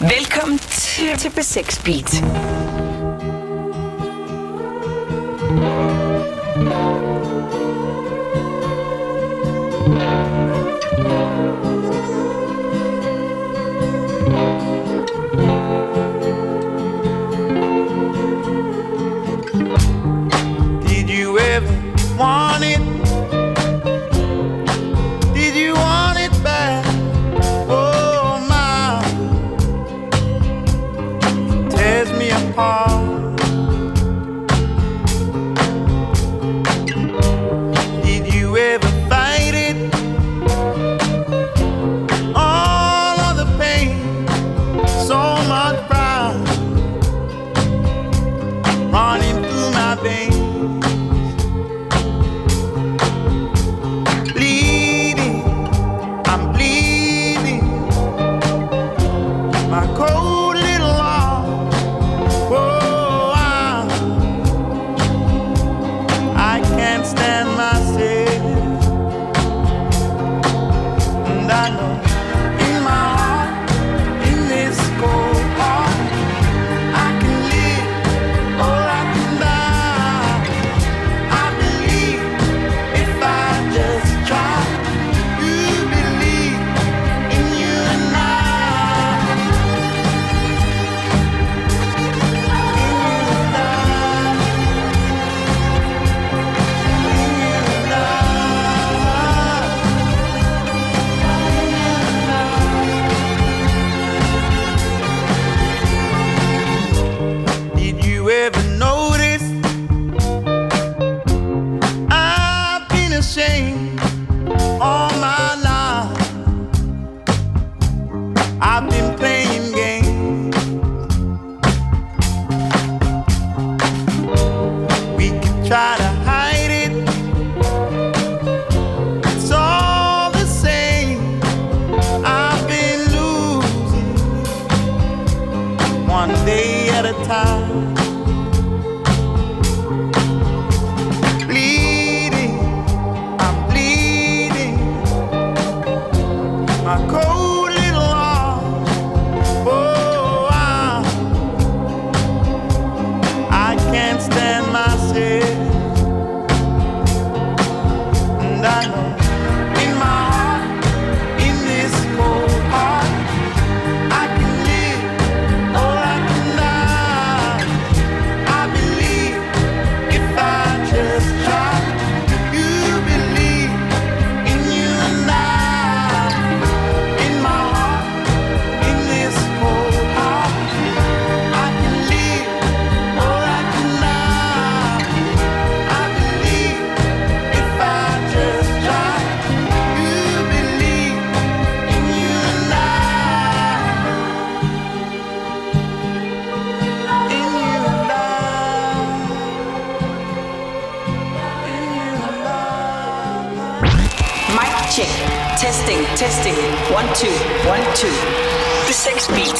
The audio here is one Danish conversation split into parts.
Velkommen til B6 Beat. Did you ever want it? Did you want it back? Oh my, tears me apart. Did you ever fight it? All of the pain, so much pride running through my veins. My cold little arm, oh, I can't stand myself, and I know in my heart, in this cold heart, I can live or I can die. I believe if I just try. You believe in you and I. Did you ever notice I've been ashamed all my life? I've been playing games. We could try to hide it. It's all the same. I've been losing one day at a time. Bleeding, I'm bleeding. My cold little arm, oh, I can't stand myself, and I know in my heart, in this cold heart, I can live or I can die. I believe if I just try. You believe in you and I. In my heart, in this cold heart, I can live or I can die. I believe if I just try. You believe in you and I. In you and I. In you and I. Mic check. Testing. 1, 2, 1, 2. B6 Beat.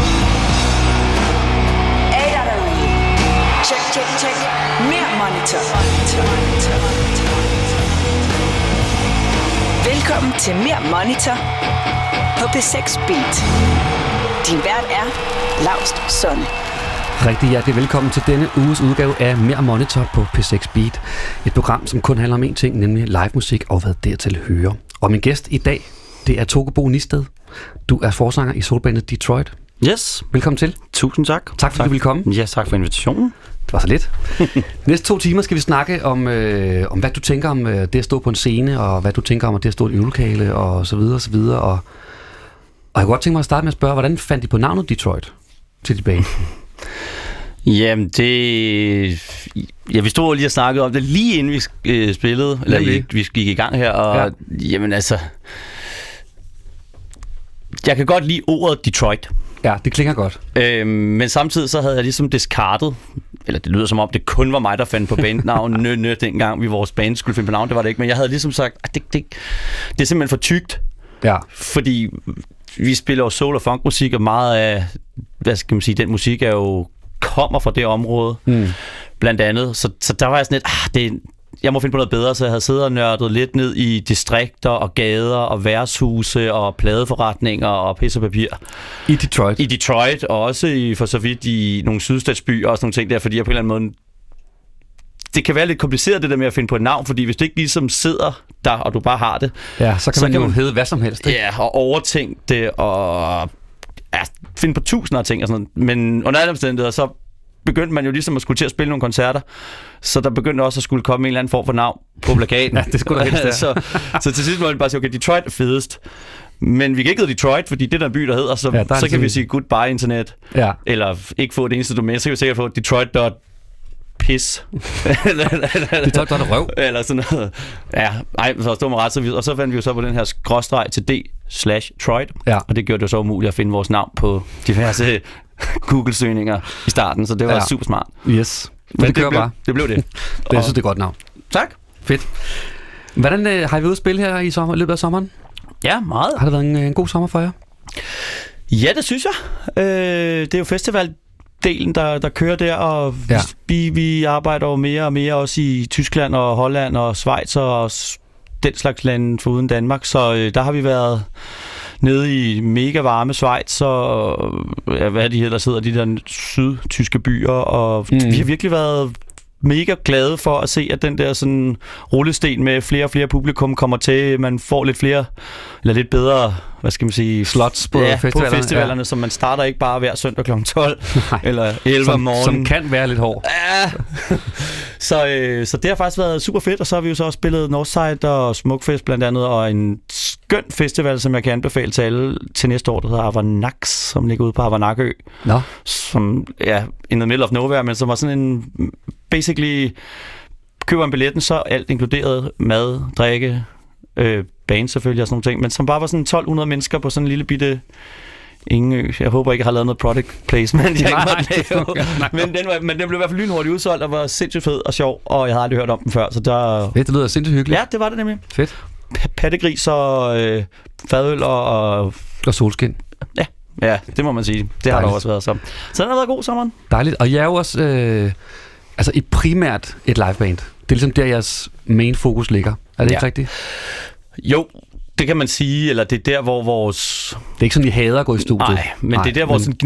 Er der derude? Check. Mere monitor. Velkommen til Mere Monitor på B6 Beat. Din vært er Laust Sonne. Rigtig hjertelig velkommen til denne uges udgave af Mere Monitor på P6 Beat. Et program, som kun handler om én ting, nemlig live musik og hvad dertil hører. Og min gæst i dag, det er Toke Bo Nisted. Du er forsanger i soulbandet Detroit. Yes. Velkommen til. Tusind tak. Tak fordi du ville komme. Ja, tak for invitationen. Det var så lidt. Næste 2 timer skal vi snakke om hvad du tænker om det at stå på en scene, og hvad du tænker om det at stå i et øvelokale, og så videre, og så videre. Og jeg kunne godt tænke mig at starte med at spørge, hvordan fandt I på navnet Detroit til dit band? Jamen, vi stod lige og snakkede om det lige inden vi spillede, eller vi gik i gang her, og jamen altså, jeg kan godt lide ordet Detroit. Ja, det klinger godt. Men samtidig så havde jeg ligesom diskartet, eller det lyder som om det kun var mig, der fandt på bandnavn dengang vi vores band skulle finde på navn, det var det ikke, men jeg havde ligesom sagt, at det er simpelthen for tykt. Ja. Fordi vi spiller jo soul- og funkmusik, og meget af, hvad skal man sige, den musik er jo kommer fra det område, blandt andet. Så der var jeg sådan lidt, jeg må finde på noget bedre, så jeg havde siddet og nørdet lidt ned i distrikter og gader og værtshuse og pladeforretninger og pis og papir. I Detroit? I Detroit, og også for så vidt i nogle sydstatsbyer og sådan nogle ting der, fordi jeg på en eller anden måde... Det kan være lidt kompliceret, det der med at finde på et navn, fordi hvis det ikke ligesom sidder der, og du bare har det... Ja, så kan man jo hedde hvad som helst, ikke? Ja, og overtænke det, og finde på tusinder af ting og sådan noget. Men under alle omstændigheder, så begyndte man jo ligesom at skulle til at spille nogle koncerter, så der begyndte også at skulle komme en eller anden form for navn på plakaten. Ja, det skulle der helst så til sidst må vi bare sige, okay, Detroit er fedest. Men vi kan ikke hedde Detroit, fordi det er der en by, der hedder, så kan vi sige goodbye internet. Ja. Eller ikke få det eneste domæne, så kan vi sikkert få Detroit.piss. Detroit.røv. Eller sådan noget. Ja, så stod mig ret. Og så fandt vi jo så på den her skråstreg til D/Troit. Ja. Og det gjorde det så umuligt at finde vores navn på diverse Google-søgninger i starten, så det var super smart. Yes. Men det blev det. Jeg synes, det er godt navn. Tak. Fedt. Hvordan har vi ude at spille her i løbet af sommeren? Ja, meget. Har det været en god sommer for jer? Ja, det synes jeg. Det er jo festivaldelen, der kører der, og vi arbejder jo mere og mere også i Tyskland og Holland og Schweiz og den slags lande foruden Danmark, så der har vi været nede i mega varme Schweiz og hvad er de ellers hedder, de der sydtyske byer, og vi har virkelig været mega glade for at se, at den der sådan rullesten med flere og flere publikum kommer til. Man får lidt flere, eller lidt bedre, hvad skal man sige, slots på festivalerne, så man starter ikke bare hver søndag kl. 12 eller 11 om morgenen. Som kan være lidt hård. Ja. Så det har faktisk været super fedt, og så har vi jo så også spillet Northside og Smukfest blandt andet, og en skøn festival, som jeg kan anbefale til alle til næste år, der hedder Avernax, som ligger ude på Avernakø. Nå. Som in the middle of nowhere, men som var sådan en basically køber en billetten, så alt inkluderet mad, drikke, band selvfølgelig og sådan nogle ting, men som bare var sådan 1200 mennesker på sådan en lille bitte Ingø. Jeg håber ikke, jeg har lavet noget product placement, jeg ikke måtte lave. Men den blev i hvert fald lynhurtigt udsolgt og var sindssygt fed og sjov, og jeg havde aldrig hørt om den før, så der... Det lyder sindssygt hyggeligt. Ja, det var det nemlig. Fedt. Pattegris og fadøl og solskin. Ja, det må man sige. Det har der også været så. Så den har været god sommeren. Dejligt. Og jeg er jo også primært et liveband. Det er ligesom der, jeres main fokus ligger. Er det ikke rigtigt? Jo, det kan man sige, eller det er der, hvor vores... Det er ikke sådan, I hader at gå i studiet. Nej, men det er der, hvor sådan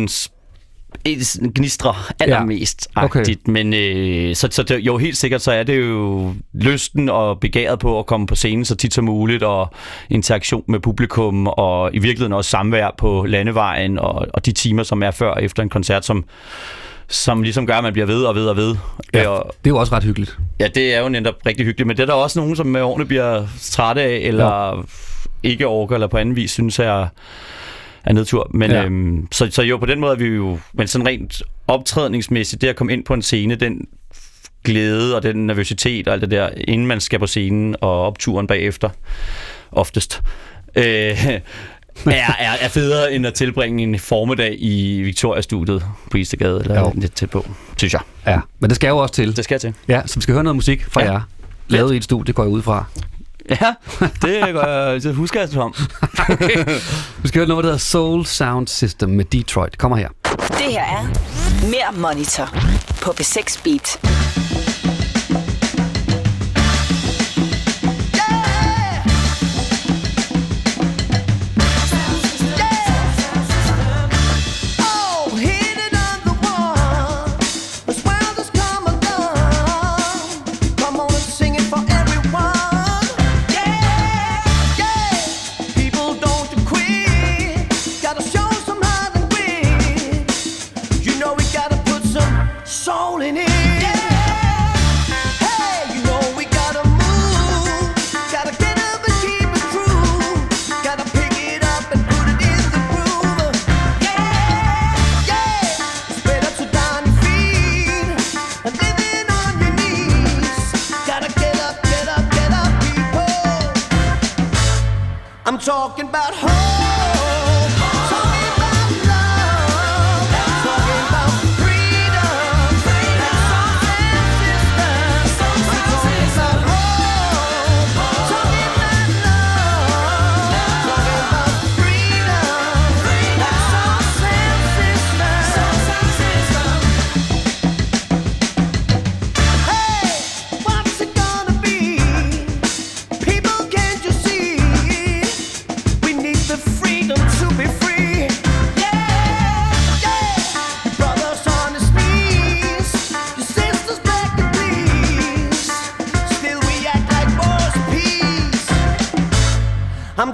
gnistrer allermest agtigt. Men så det, jo helt sikkert, så er det jo lysten og begæret på at komme på scenen så tit som muligt, og interaktion med publikum, og i virkeligheden også samvær på landevejen, og de timer, som er før og efter en koncert, som ligesom gør, at man bliver ved og ved og ved. Ja, det er jo også ret hyggeligt. Ja, det er jo netop rigtig hyggeligt, men det er der også nogen, som med årene bliver trætte af, eller ikke orker, eller på anden vis synes er nedtur. Men så jo, på den måde er vi jo, men sådan rent optrædningsmæssigt, det at komme ind på en scene, den glæde og den nervøsitet og alt det der, inden man skal på scenen, og opturen bagefter, oftest, er federe end at tilbringe en formiddag i Victoria-studiet på Istergade, eller lidt tæt på, synes jeg. Ja, men det skal jo også til. Det skal til. Ja, så vi skal høre noget musik fra jer. Lavet i et studie, går jeg ud fra. Ja, det husker jeg om. Okay. Vi skal høre noget, der hedder Soul Sound System med Detroit. Kommer her. Det her er Mere Monitor på P6 Beat. Soul in it. Yeah.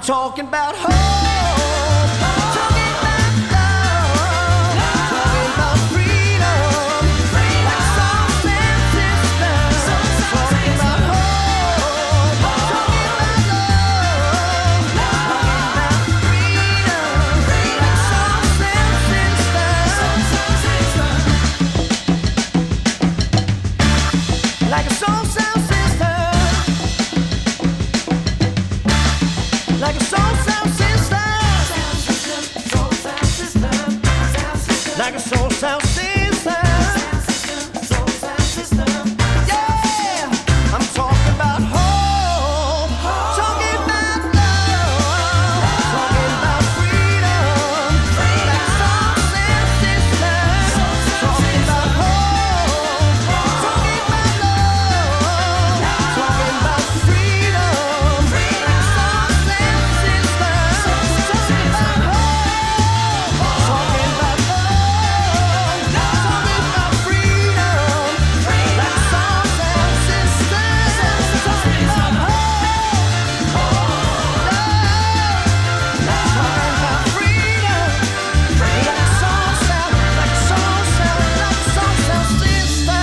talking about hope, talking about love, talking about freedom, like songs and systems. Talking about hope, talking about love, talking about freedom, like songs and systems. Like a soul sound system. Like a soul sound system. Like a soul sound system. Yeah, I'm talking about hope, talking about love, talking about freedom. Like a soul sound system. Talking about hope, talking about love, talking about freedom. Like a soul sound system. Talking about hope, talking about love, talking about freedom. Like a soul sound system. Talking about hope, love, talking about freedom. Like a soul sound, like a soul sound, like a soul sound system.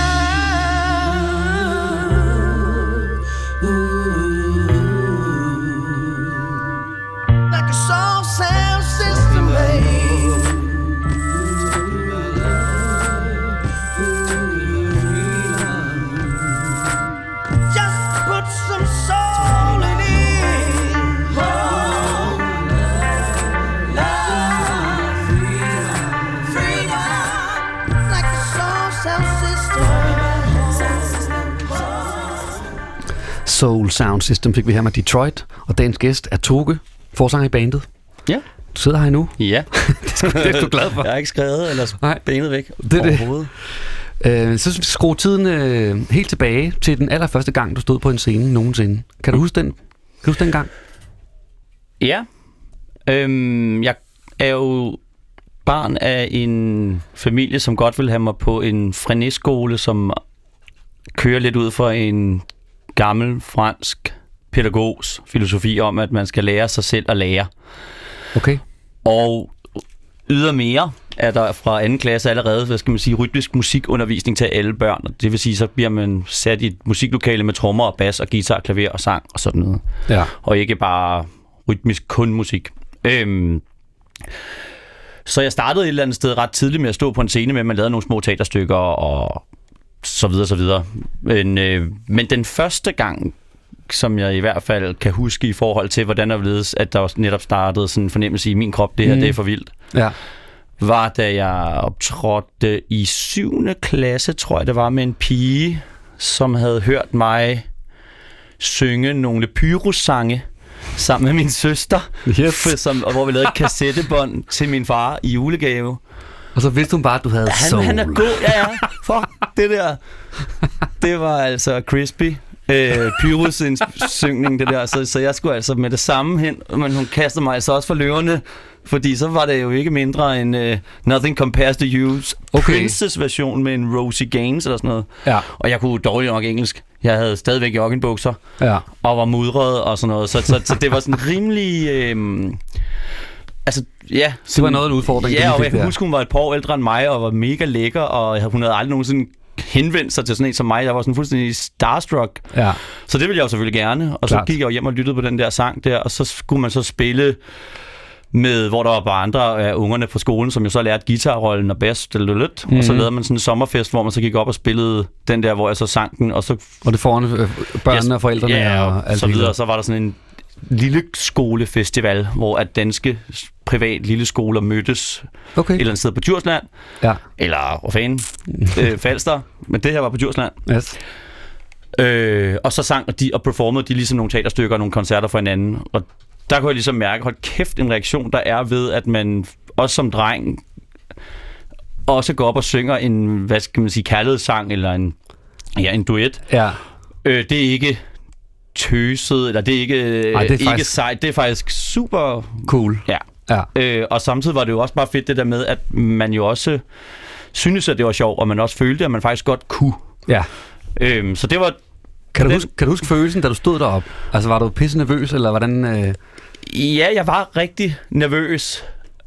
Like a soul sound system, babe. Just put some soul in it. Love, freedom. Like a soul sound system. Soul Sound System fik vi her med Detroit, og dagens gæst er Toge, forsanger i bandet. Ja. Du sidder her nu. Ja. Det er du glad for. Jeg har ikke skrevet eller benet væk Det er det. overhovedet. Så skru tiden helt tilbage til den allerførste gang, du stod på en scene nogensinde. Kan du huske den? Kan du huske den gang? Ja. Jeg er jo barn af en familie, som godt vil have mig på en Freinet-skole, som kører lidt ud for en gammel fransk pædagogs filosofi om, at man skal lære sig selv at lære. Okay. Og ydermere er der fra anden klasse allerede, hvad skal man sige, rytmisk musikundervisning til alle børn. Det vil sige, så bliver man sat i et musiklokale med trommer og bas og guitar, klaver og sang og sådan noget. Ja. Og ikke bare rytmisk kun musik. Så jeg startede et eller andet sted ret tidligt med at stå på en scene med, at man lavede nogle små teaterstykker og så videre, så videre. Men den første gang, som jeg i hvert fald kan huske i forhold til, hvordan der ledes, at der også netop startede sådan en fornemmelse i min krop, det her, det er for vildt, Ja. var da jeg optrådte i 7. klasse, tror jeg det var, med en pige, som havde hørt mig synge nogle Pyrus-sange sammen med min søster, hvor vi lavede et kassettebånd til min far i julegave. Og så vidste hun bare, at du havde soul. Han er god, ja. Fuck, det der. Det var altså crispy. Pyrus' syngning, det der. Så jeg skulle altså med det samme hen, men hun kastede mig altså også for løverne, fordi så var det jo ikke mindre end Nothing Compares to You's Princess version med en Rosie Gaines eller sådan noget. Ja. Og jeg kunne dårligt nok engelsk. Jeg havde stadigvæk joggingbukser og var mudret og sådan noget. Så det var sådan rimelig... altså, ja. Det var noget af en udfordring. Ja, og jeg kan huske, hun var et par år ældre end mig, og var mega lækker, og hun havde aldrig nogensinde henvendt sig til sådan en som mig. Jeg var sådan fuldstændig starstruck. Ja. Så det ville jeg jo selvfølgelig gerne. Og så gik jeg jo hjem og lyttede på den der sang der, og så skulle man så spille med, hvor der var bare andre af ungerne på skolen, som jo så lærte guitarrollen og bass, og så lavede man sådan en sommerfest, hvor man så gik op og spillede den der, hvor jeg så sang den, og så... Og det foran børnene og forældrene og alt så videre, og så var der sådan en lille skolefestival, hvor at danske privat lille skoler mødtes et eller andet sted på Djursland, eller hvor fanden, Falster, men det her var på Djursland. Yes. Og så sang de og performede de ligesom nogle teaterstykker og nogle koncerter for hinanden, og der kunne jeg ligesom mærke, hold kæft, en reaktion, der er ved, at man også som dreng også går op og synger en, hvad skal man sige, kærlighedssang, eller en duet. Ja. Det er ikke tøset, eller det er ikke, det er ikke faktisk... sejt, det er faktisk super cool. Ja. Og samtidig var det jo også bare fedt det der med, at man jo også synes, at det var sjovt, og man også følte, at man faktisk godt kunne. Ja. Så det var... Kan du huske følelsen, da du stod deroppe? Altså, var du pisse nervøs, eller hvordan... Ja, jeg var rigtig nervøs.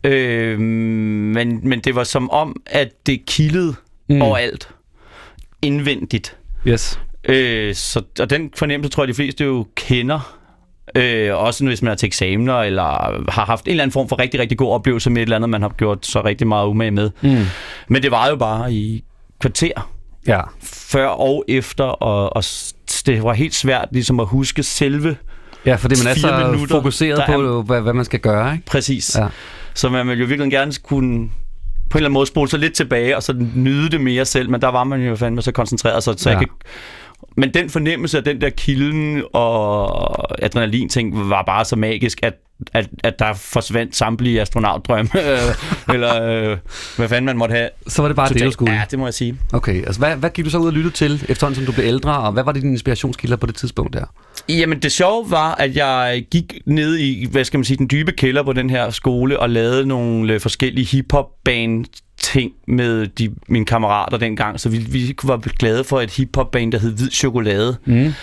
Men det var som om, at det kildede overalt. Indvendigt. Yes. Og den fornemmelse tror jeg, de fleste jo kender. Også hvis man er til eksamener, eller har haft en eller anden form for rigtig, rigtig god oplevelse med et eller andet, man har gjort så rigtig meget umage med. Men det var jo bare i kvarter. Ja. Før og efter, og det var helt svært ligesom at huske selve. Ja, fordi man er så minutter, fokuseret på, hvad man skal gøre, ikke? Præcis. Ja. Så man ville jo virkelig gerne kunne på en eller anden måde spole sig lidt tilbage, og så nyde det mere selv, men der var man jo fandme så koncentreret, så jeg kan. Men den fornemmelse af den der kilden og adrenalin-ting var bare så magisk, at der forsvandt samtlige astronautdrømme, eller hvad fanden man måtte have. Så var det bare det, du skulle? Ja, det må jeg sige. Okay, altså hvad gik du så ud og lytte til, efterhånden som du blev ældre, og hvad var dine inspirationskilder på det tidspunkt der? Jamen det sjove var, at jeg gik ned i, hvad skal man sige, den dybe kælder på den her skole, og lavede nogle forskellige hiphop-band ting med mine kammerater dengang, så vi kunne være glade for et hiphop-band, der hed Hvid Chokolade.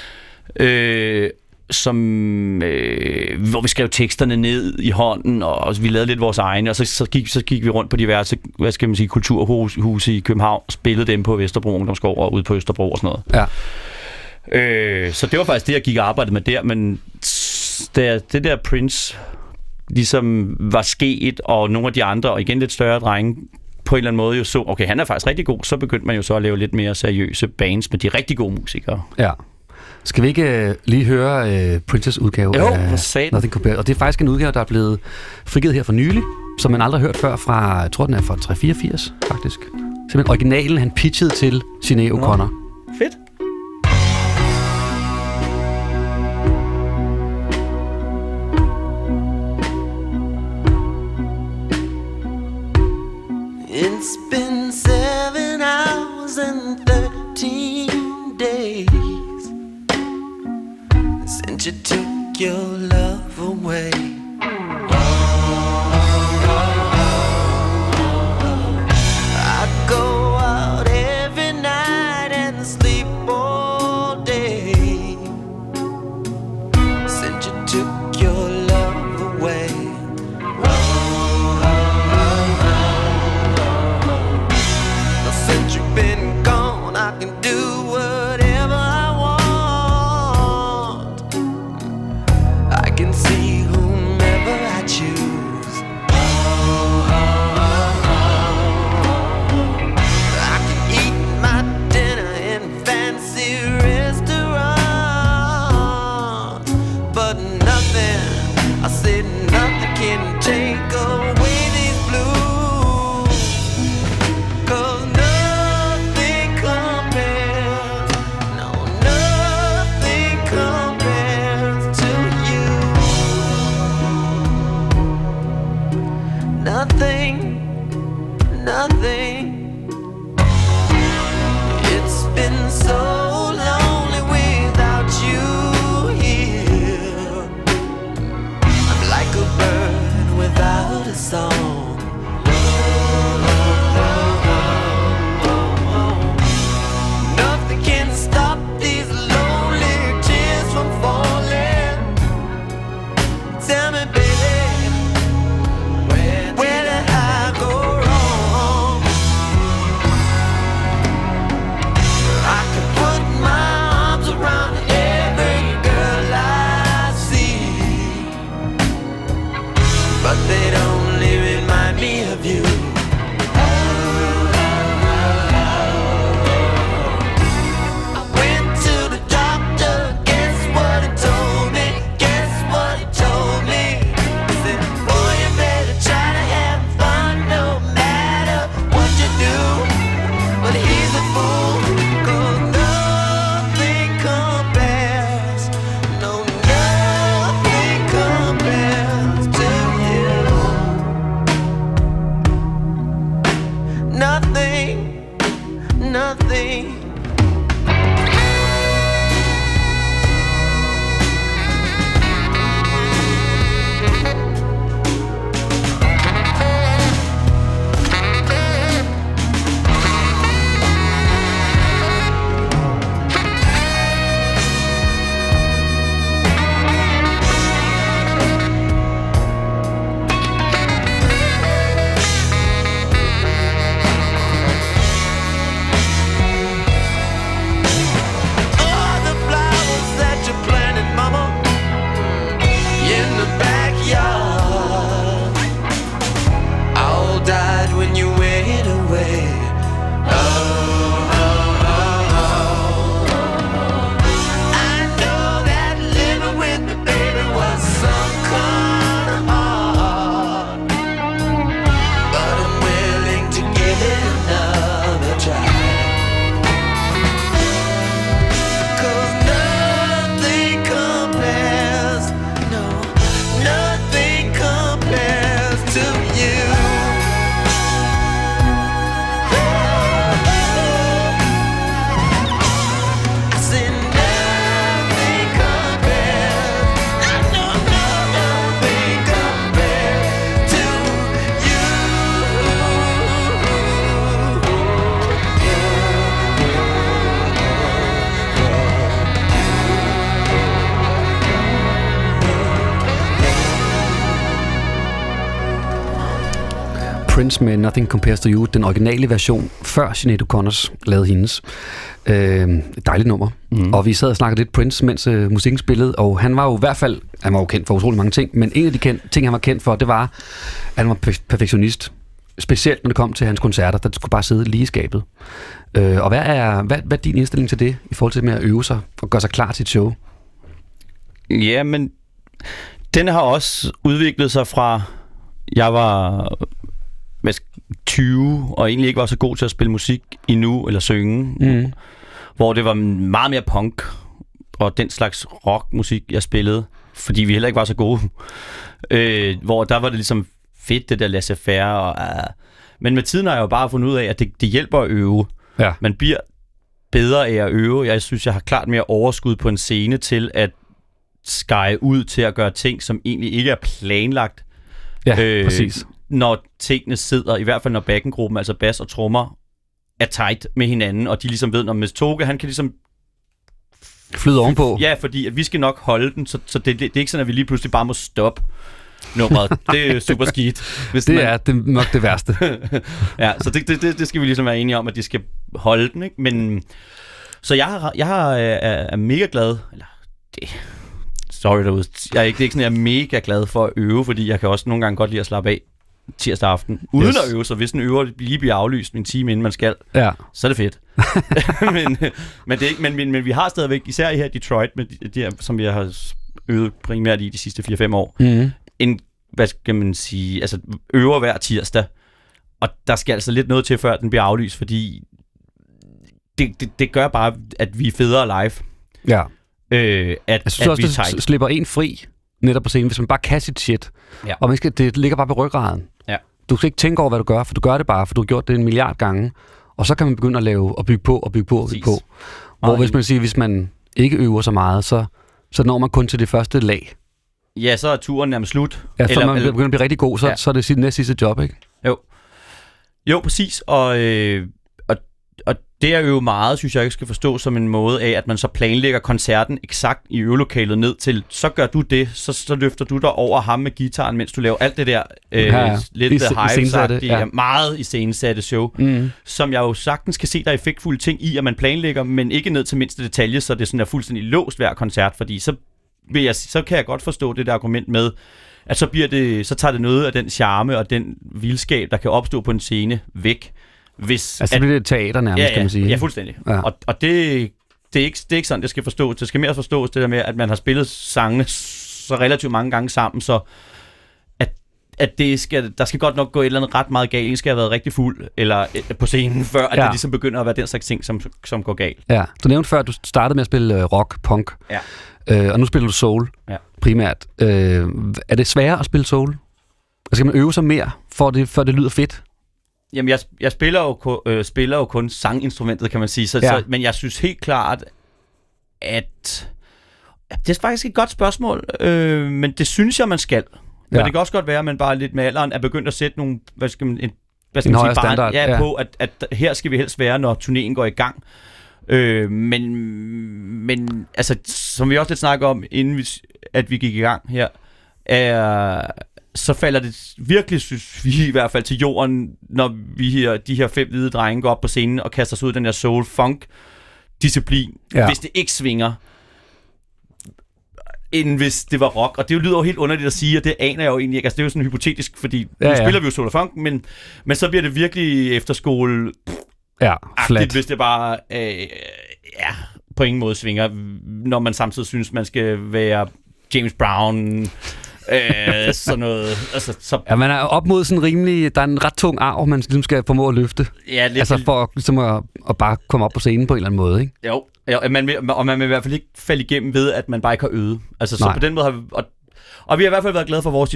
Hvor vi skrev teksterne ned i hånden, og vi lavede lidt vores egne, og så gik vi rundt på diverse, hvad skal man sige, kulturhuse i København, spillede dem på Vesterbro Ungdomsgård og ude på Østerbro og sådan noget. Ja. Så det var faktisk det, jeg gik og arbejdede med der, men det der Prince ligesom var sket, og nogle af de andre, og igen lidt større drenge, på en eller anden måde jo så, okay, han er faktisk rigtig god, så begyndte man jo så at lave lidt mere seriøse bands med de rigtig gode musikere. Ja. Skal vi ikke lige høre Princes udgave af Nothing Compares? Og det er faktisk en udgave, der er blevet frigivet her for nylig, som man aldrig har hørt før fra, jeg tror den er fra 384 faktisk. Simpelthen originalen, han pitchede til Sinéad O'Connor. Fedt. It's been 7 hours and 13 days since you took your love away. I go out every night and sleep all day since you took your love away. Since you've been gone, I can do whatever I want. I can see whomever I choose. I can eat my dinner in fancy restaurants, but nothing, I said nothing can take away these blues. 'Cause nothing compares, no, nothing compares to you. Nothing, nothing. It's been so lonely without you here. I'm like a bird without a song. Nothing can stop these lonely tears from falling. Tell me, baby, where did I go wrong? I can put my arms around every girl I see, but they don't only remind me of you. Prince med Nothing Compares to You, den originale version, før Sinéad O'Connors lavede hendes. Et dejligt nummer. Og vi sad og snakkede lidt Prince, mens musikken spillede, og han var jo i hvert fald, han var jo kendt for utrolig mange ting, men en af de ting, han var kendt for, det var, at han var perfektionist. Specielt når det kom til hans koncerter, der skulle bare sidde lige i skabet. Og hvad er din indstilling til det, i forhold til med at øve sig og gøre sig klar til et show? Ja, men den har også udviklet sig fra, jeg var 20, og egentlig ikke var så god til at spille musik endnu, eller synge, hvor det var meget mere punk, og den slags rockmusik, jeg spillede, fordi vi heller ikke var så gode. Hvor der var det ligesom fedt, det der laissez-faire. Men med tiden har jeg jo bare fundet ud af, at det hjælper at øve. Ja. Man bliver bedre af at øve. Jeg synes, jeg har klart mere overskud på en scene til at skære ud til at gøre ting, som egentlig ikke er planlagt. Ja, præcis. Når tingene sidder, i hvert fald når backengruppen, altså bas og trommer, er tight med hinanden, og de ligesom ved, når Ms. Toge, han kan ligesom flyde ovenpå. Ja, fordi at vi skal nok holde den, så det er ikke sådan, at vi lige pludselig bare må stoppe nummeret. Det er super skidt. Det er nok det værste. Ja, så det skal vi ligesom være enige om, at de skal holde den, ikke? Men så jeg er mega glad, eller sorry derude, det er ikke sådan, jeg er mega glad for at øve, fordi jeg kan også nogle gange godt lide at slappe af tirsdag aften, uden at øve, så hvis en øver lige bliver aflyst en time, inden man skal, så er det fedt. men vi har stadigvæk, især her i Detroit, med de her, som vi har øvet primært i de sidste 4-5 år, en, hvad skal man sige, altså øver hver tirsdag, og der skal altså lidt noget til, før den bliver aflyst, fordi det gør bare, at vi er federe live. Ja. Jeg synes også, det slipper en fri netop på scenen, hvis man bare kan sit shit. Ja. Og det ligger bare på ryggraden. Ja. Du skal ikke tænke over, hvad du gør, for du gør det bare, for du har gjort det 1 milliard gange. Og så kan man begynde at lave og bygge på. Hvor hvis man ikke øver så meget, så når man kun til det første lag. Ja, så er turen nærmest slut. Ja, så man begynder at blive rigtig god, så er det sit næste sidste job, ikke? Jo, præcis. Og det er jo meget, synes jeg ikke skal forstå som en måde af, at man så planlægger koncerten eksakt i øvelokalet ned til, så gør du det, så løfter du dig over ham med guitaren, mens du laver alt det der lidt hive-sagtige, meget iscenesatte show, som jeg jo sagtens kan se, der er effektfulde ting i, at man planlægger, men ikke ned til mindste detalje, så det sådan er fuldstændig låst hver koncert, fordi så kan jeg godt forstå det der argument med, at så tager det noget af den charme og den vildskab, der kan opstå på en scene, væk. Så bliver det teater nærmest, kan man sige. Ja, fuldstændig. Ja. Og det er ikke sådan, det skal forstås. Det skal mere forstås det der med, at man har spillet sangene så relativt mange gange sammen, så at der skal godt nok gå et eller andet ret meget galt. Ingen skal have været rigtig fuld eller på scenen, før at det ligesom begynder at være den slags ting, som går galt. Ja, du nævnte før, at du startede med at spille rock, punk, og nu spiller du soul primært. Er det sværere at spille soul? Skal man øve sig mere, før det lyder fedt? Jamen, jeg spiller jo kun sanginstrumentet, kan man sige. Men jeg synes helt klart, at det er faktisk et godt spørgsmål, men det synes jeg, man skal. Men det kan også godt være, at man bare lidt med alderen er begyndt at sætte nogle, en højere standard på, at her skal vi helst være, når turnéen går i gang. Men altså, som vi også lidt snakker om, inden vi gik i gang her, så falder det virkelig, synes vi i hvert fald, til jorden, når de her 5 hvide drenge går op på scenen og kaster sig ud i den der soul-funk-disciplin, hvis det ikke svinger, end hvis det var rock. Og det lyder jo helt underligt at sige, og det aner jeg jo egentlig ikke. Altså, det er jo sådan hypotetisk, fordi nu spiller vi jo soul og funk, men så bliver det virkelig efterskole flat, hvis det bare på ingen måde svinger, når man samtidig synes, man skal være James Brown, sådan noget. Altså, man er op mod sådan rimelig, der er en ret tung arv, man ligesom skal formå at løfte. Ja, altså for ligesom at bare komme op på scenen på en eller anden måde, ikke? Jo, man vil i hvert fald ikke falde igennem ved, at man bare ikke har øvet. Altså, så på den måde har vi... Og vi har i hvert fald været glade for vores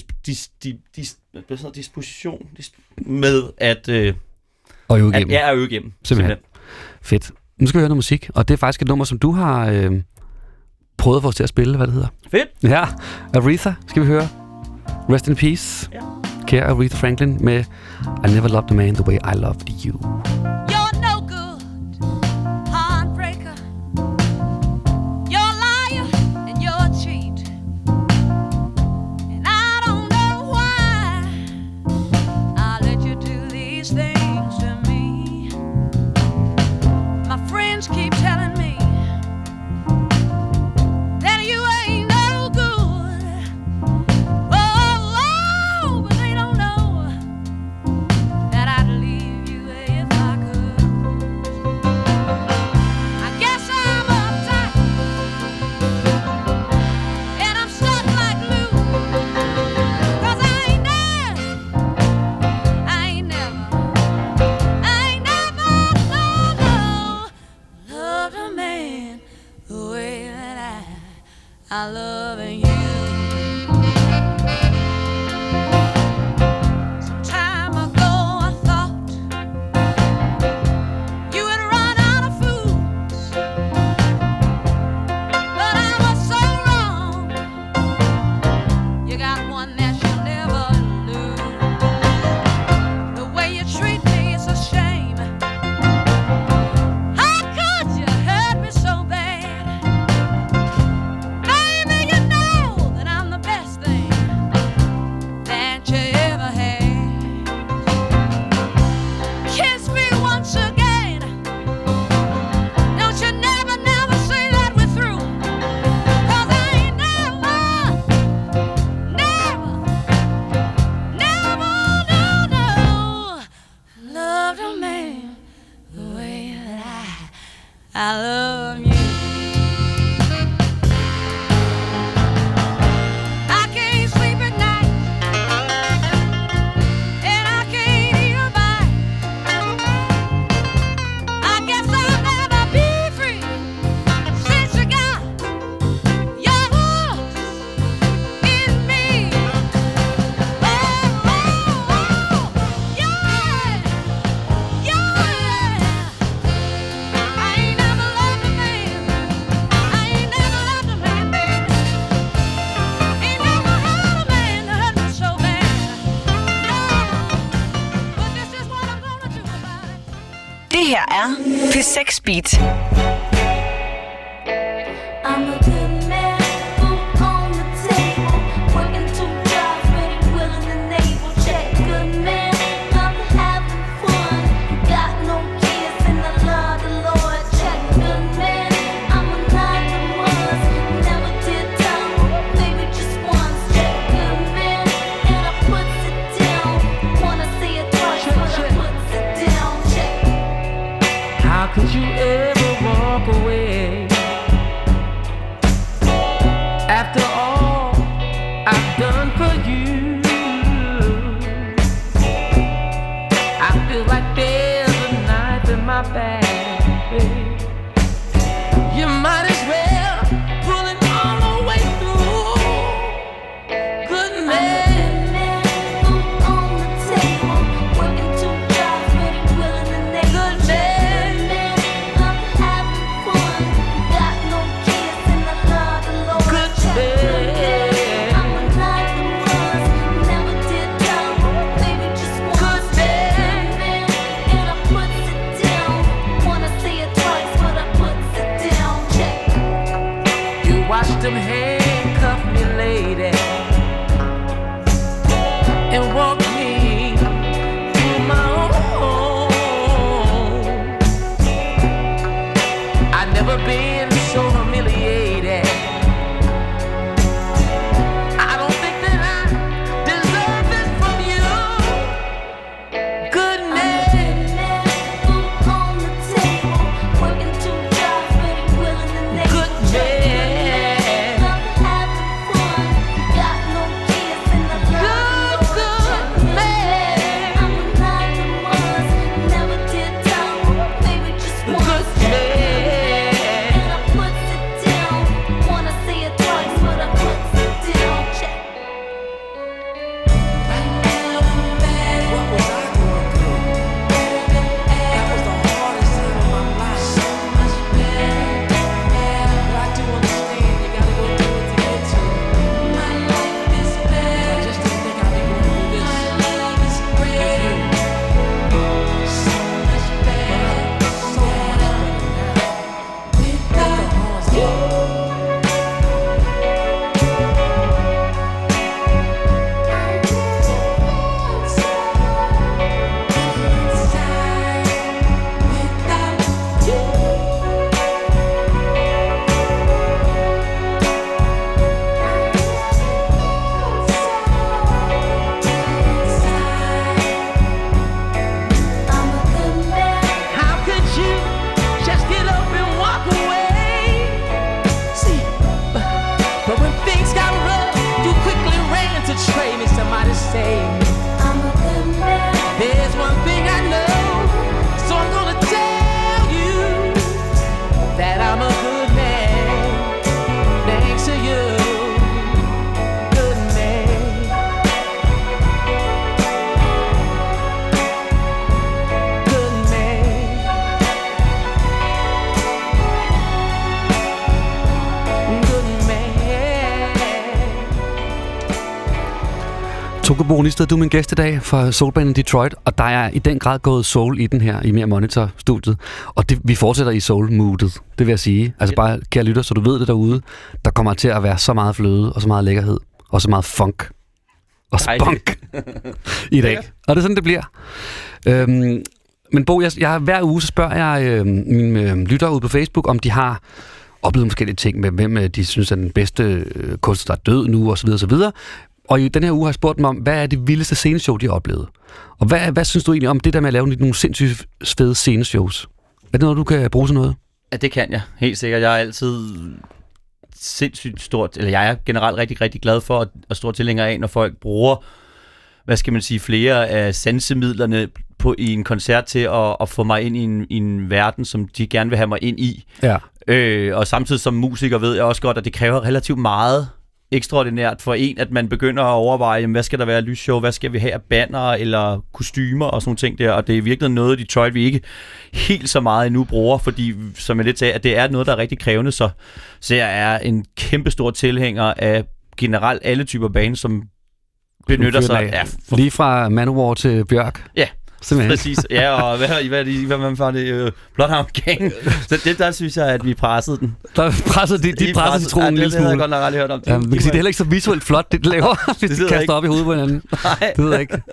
disposition med at øve igennem. Simpelthen. Fedt. Nu skal vi høre noget musik, og det er faktisk et nummer, som du har prøvet at få os til at spille, hvad det hedder. Fedt. Ja, Aretha skal vi høre. Rest in peace. Ja. Kære Aretha Franklin med I Never Loved a Man the Way I Loved You. You're no good, heartbreaker. You're a liar and you're a cheat. And I don't know why I let these things to me. My friends keep telling me that you ain't no good. Oh, but they don't know that I'd leave you if I could. I guess I'm uptight and I'm stuck like glue. 'Cause I ain't never loved a man the way that I love you. Some time ago I thought you had run out of fools, but I was so wrong. You got one that you'll never lose. The way you treat me is a shame. How could you hurt me so bad? Baby, you know that I'm the best thing that you ever had. Kiss me once again. Don't you never, never say that we're through. 'Cause I ain't never, loved a man the way that I love you. I can't sleep at night, and I can't eat a bite. I guess I'll never be free since you got your hooks in me. Oh, yeah, yeah. I ain't never loved a man. I ain't never loved a man, baby. Ain't never had a man that hurt me so bad. No, but this is what I'm gonna do about it. Det her er P6 Beat. I'm a good man, food on the table, working 2 jobs, ready, willing, and able. Check, good man, I'm having fun. Got no kids and I love the Lord. Check, good man, I'm a non-the-ones, never did time, maybe just once. Check, good man, and I puts it down. Wanna see it twice, but I puts it down. Check. How could you ever want Togo Nisted, du er min gæst i dag fra Soulbanen Detroit, og der er i den grad gået soul i den her i Mere Monitor-studiet. Og vi fortsætter i soul-moodet, det vil jeg sige. Altså bare, kære lytter, så du ved det derude, der kommer til at være så meget fløde, og så meget lækkerhed, og så meget funk, og spunk i dag. Og det er sådan, det bliver. Men Bo, jeg hver uge så spørger jeg mine lyttere ude på Facebook, om de har oplevet forskellige ting med, hvem de synes er den bedste kunstner, der er død nu, osv. osv. Og i den her uge har jeg spurgt dem om, hvad er det vildeste sceneshow, de har oplevet? Og hvad synes du egentlig om det der med at lave nogle sindssygt fede sceneshows? Er det noget, du kan bruge til noget? Ja, det kan jeg. Helt sikkert. Jeg er altid sindssygt stort, eller jeg er generelt rigtig, rigtig glad for at stor tilhænger af, når folk bruger, hvad skal man sige, flere af sansemidlerne i en koncert til at få mig ind i en verden, som de gerne vil have mig ind i. Ja. Og samtidig som musiker ved jeg også godt, at det kræver relativt meget ekstraordinært for en, at man begynder at overveje, jamen, hvad skal der være lysshow, hvad skal vi have af banner eller kostymer og sådan nogle ting der, og det er virkelig noget, Detroit vi ikke helt så meget endnu bruger, fordi, som jeg lidt sagde, at det er noget, der er rigtig krævende, så jeg er en kæmpe stor tilhænger af generelt alle typer bands, som benytter sig af. Lige fra Manowar til Bjørk. Ja. Præcis, ja, og hvad var det? Bloodhound Gang. Så det der synes jeg, at vi pressede den. De pressede citronen en lille smule. Det havde jeg godt nok aldrig hørt om. Ja, man kan sige, det er heller ikke så visuelt flot, det laver, hvis de kaster op i hovedet på hinanden. Nej. Det ved jeg ikke.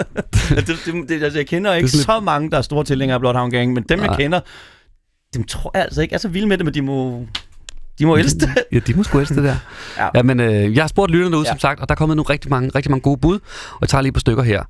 Jeg kender ikke så mange, der er store tilhængere af Bloodhound Gang, men dem, jeg kender, dem tror jeg altså ikke er så vilde med det, men de må elske det. Ja, de må sgu elske det der. Ja, men jeg har spurgt lytterne ud, som sagt, og der er kommet nogle rigtig mange gode bud, og jeg tager lige et par stykker her.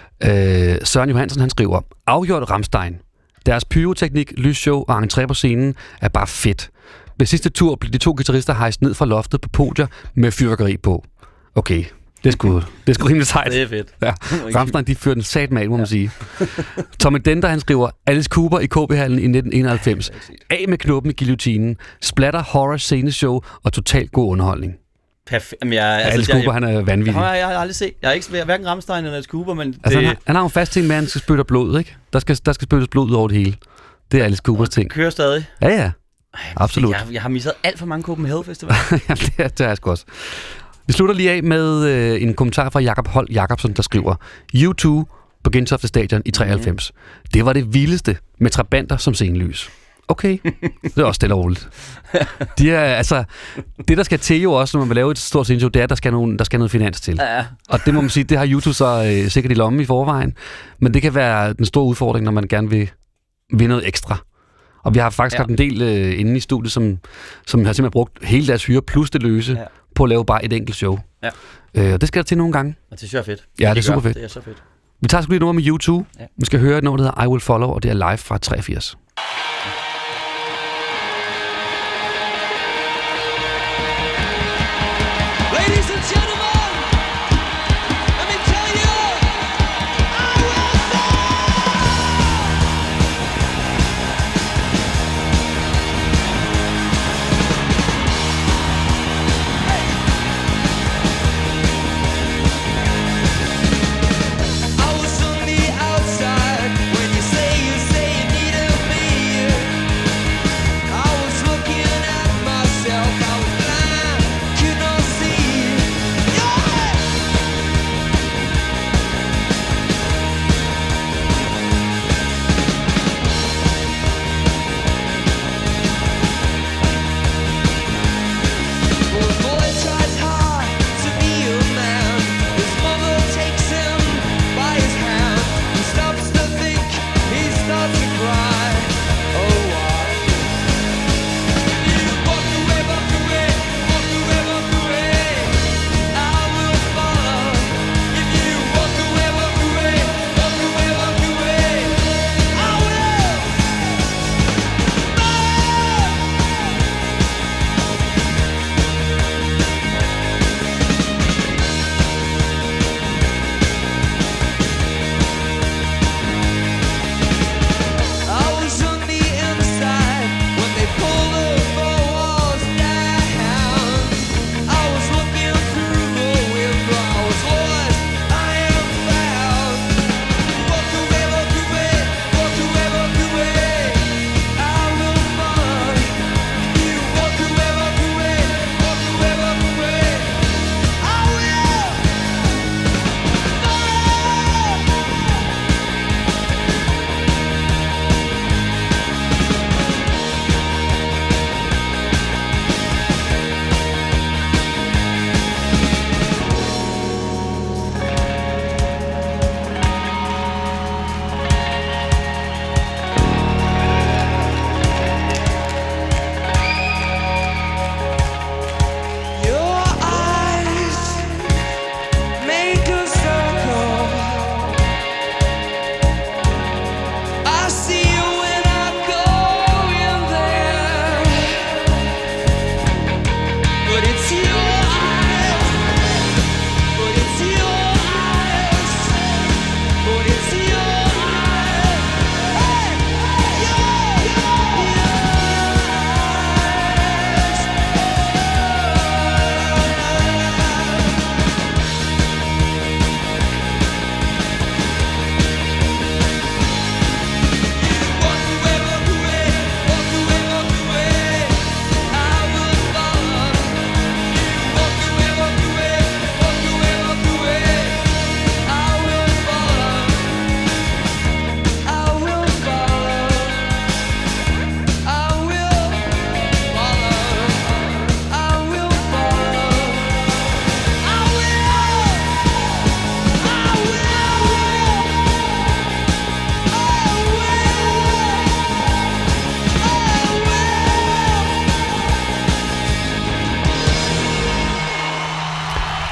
Søren Johansen, han skriver, afgjort Rammstein. Deres pyroteknik, lysshow og entré på scenen er bare fedt. Ved sidste tur blev de 2 guitarister hejst ned fra loftet på podier med fyrværkeri på. Okay, det er sgu rimelig sejt. Det er fedt. Ja. Rammstein, de førte den satme af, må man sige. Tommy Denter, han skriver, Alice Cooper i KB-hallen i 1991. Af med knuppen i guillotinen. Splatter, horror, sceneshow og totalt god underholdning. Perfekt. Alice Cooper, han er vanvittig. Jeg har aldrig set. Jeg har ikke hverken Rammstein eller Alice Cooper, men altså, han har en fast ting med, at han skal spytte blod, ikke? Der skal spyttes blod ud over det hele. Det er Alice Coopers ting. Kører stadig. Ja. Absolut. Jeg har misset alt for mange Copenhagen Festival. Ja, det er jeg sgu også. Vi slutter lige af med en kommentar fra Jakob Holt Jacobsen, der skriver, U2 på Gentofte Stadion i 93. Det var det vildeste med trabanter som scenelys. Okay, det er også stille og roligt. Det der skal til jo også, når man vil lave et stort sceneshow, det er, at der skal noget finans til. Ja. Og det må man sige, det har YouTube så sikkert i lommen i forvejen. Men det kan være den store udfordring, når man gerne vil noget ekstra. Og vi har faktisk haft en del inde i studiet, som har simpelthen brugt hele deres hyre plus det løse på at lave bare et enkelt show. Ja. Og det skal der til nogle gange. Og det synes jeg er fedt. Ja, det er super fedt. Det er så fedt. Vi tager sgu lige et nummer med U2. Ja. Vi skal høre et nummer, der hedder I Will Follow, og det er live fra 83. Ladies and gentlemen, let me tell you, I will I was on the outside when you say you needed me.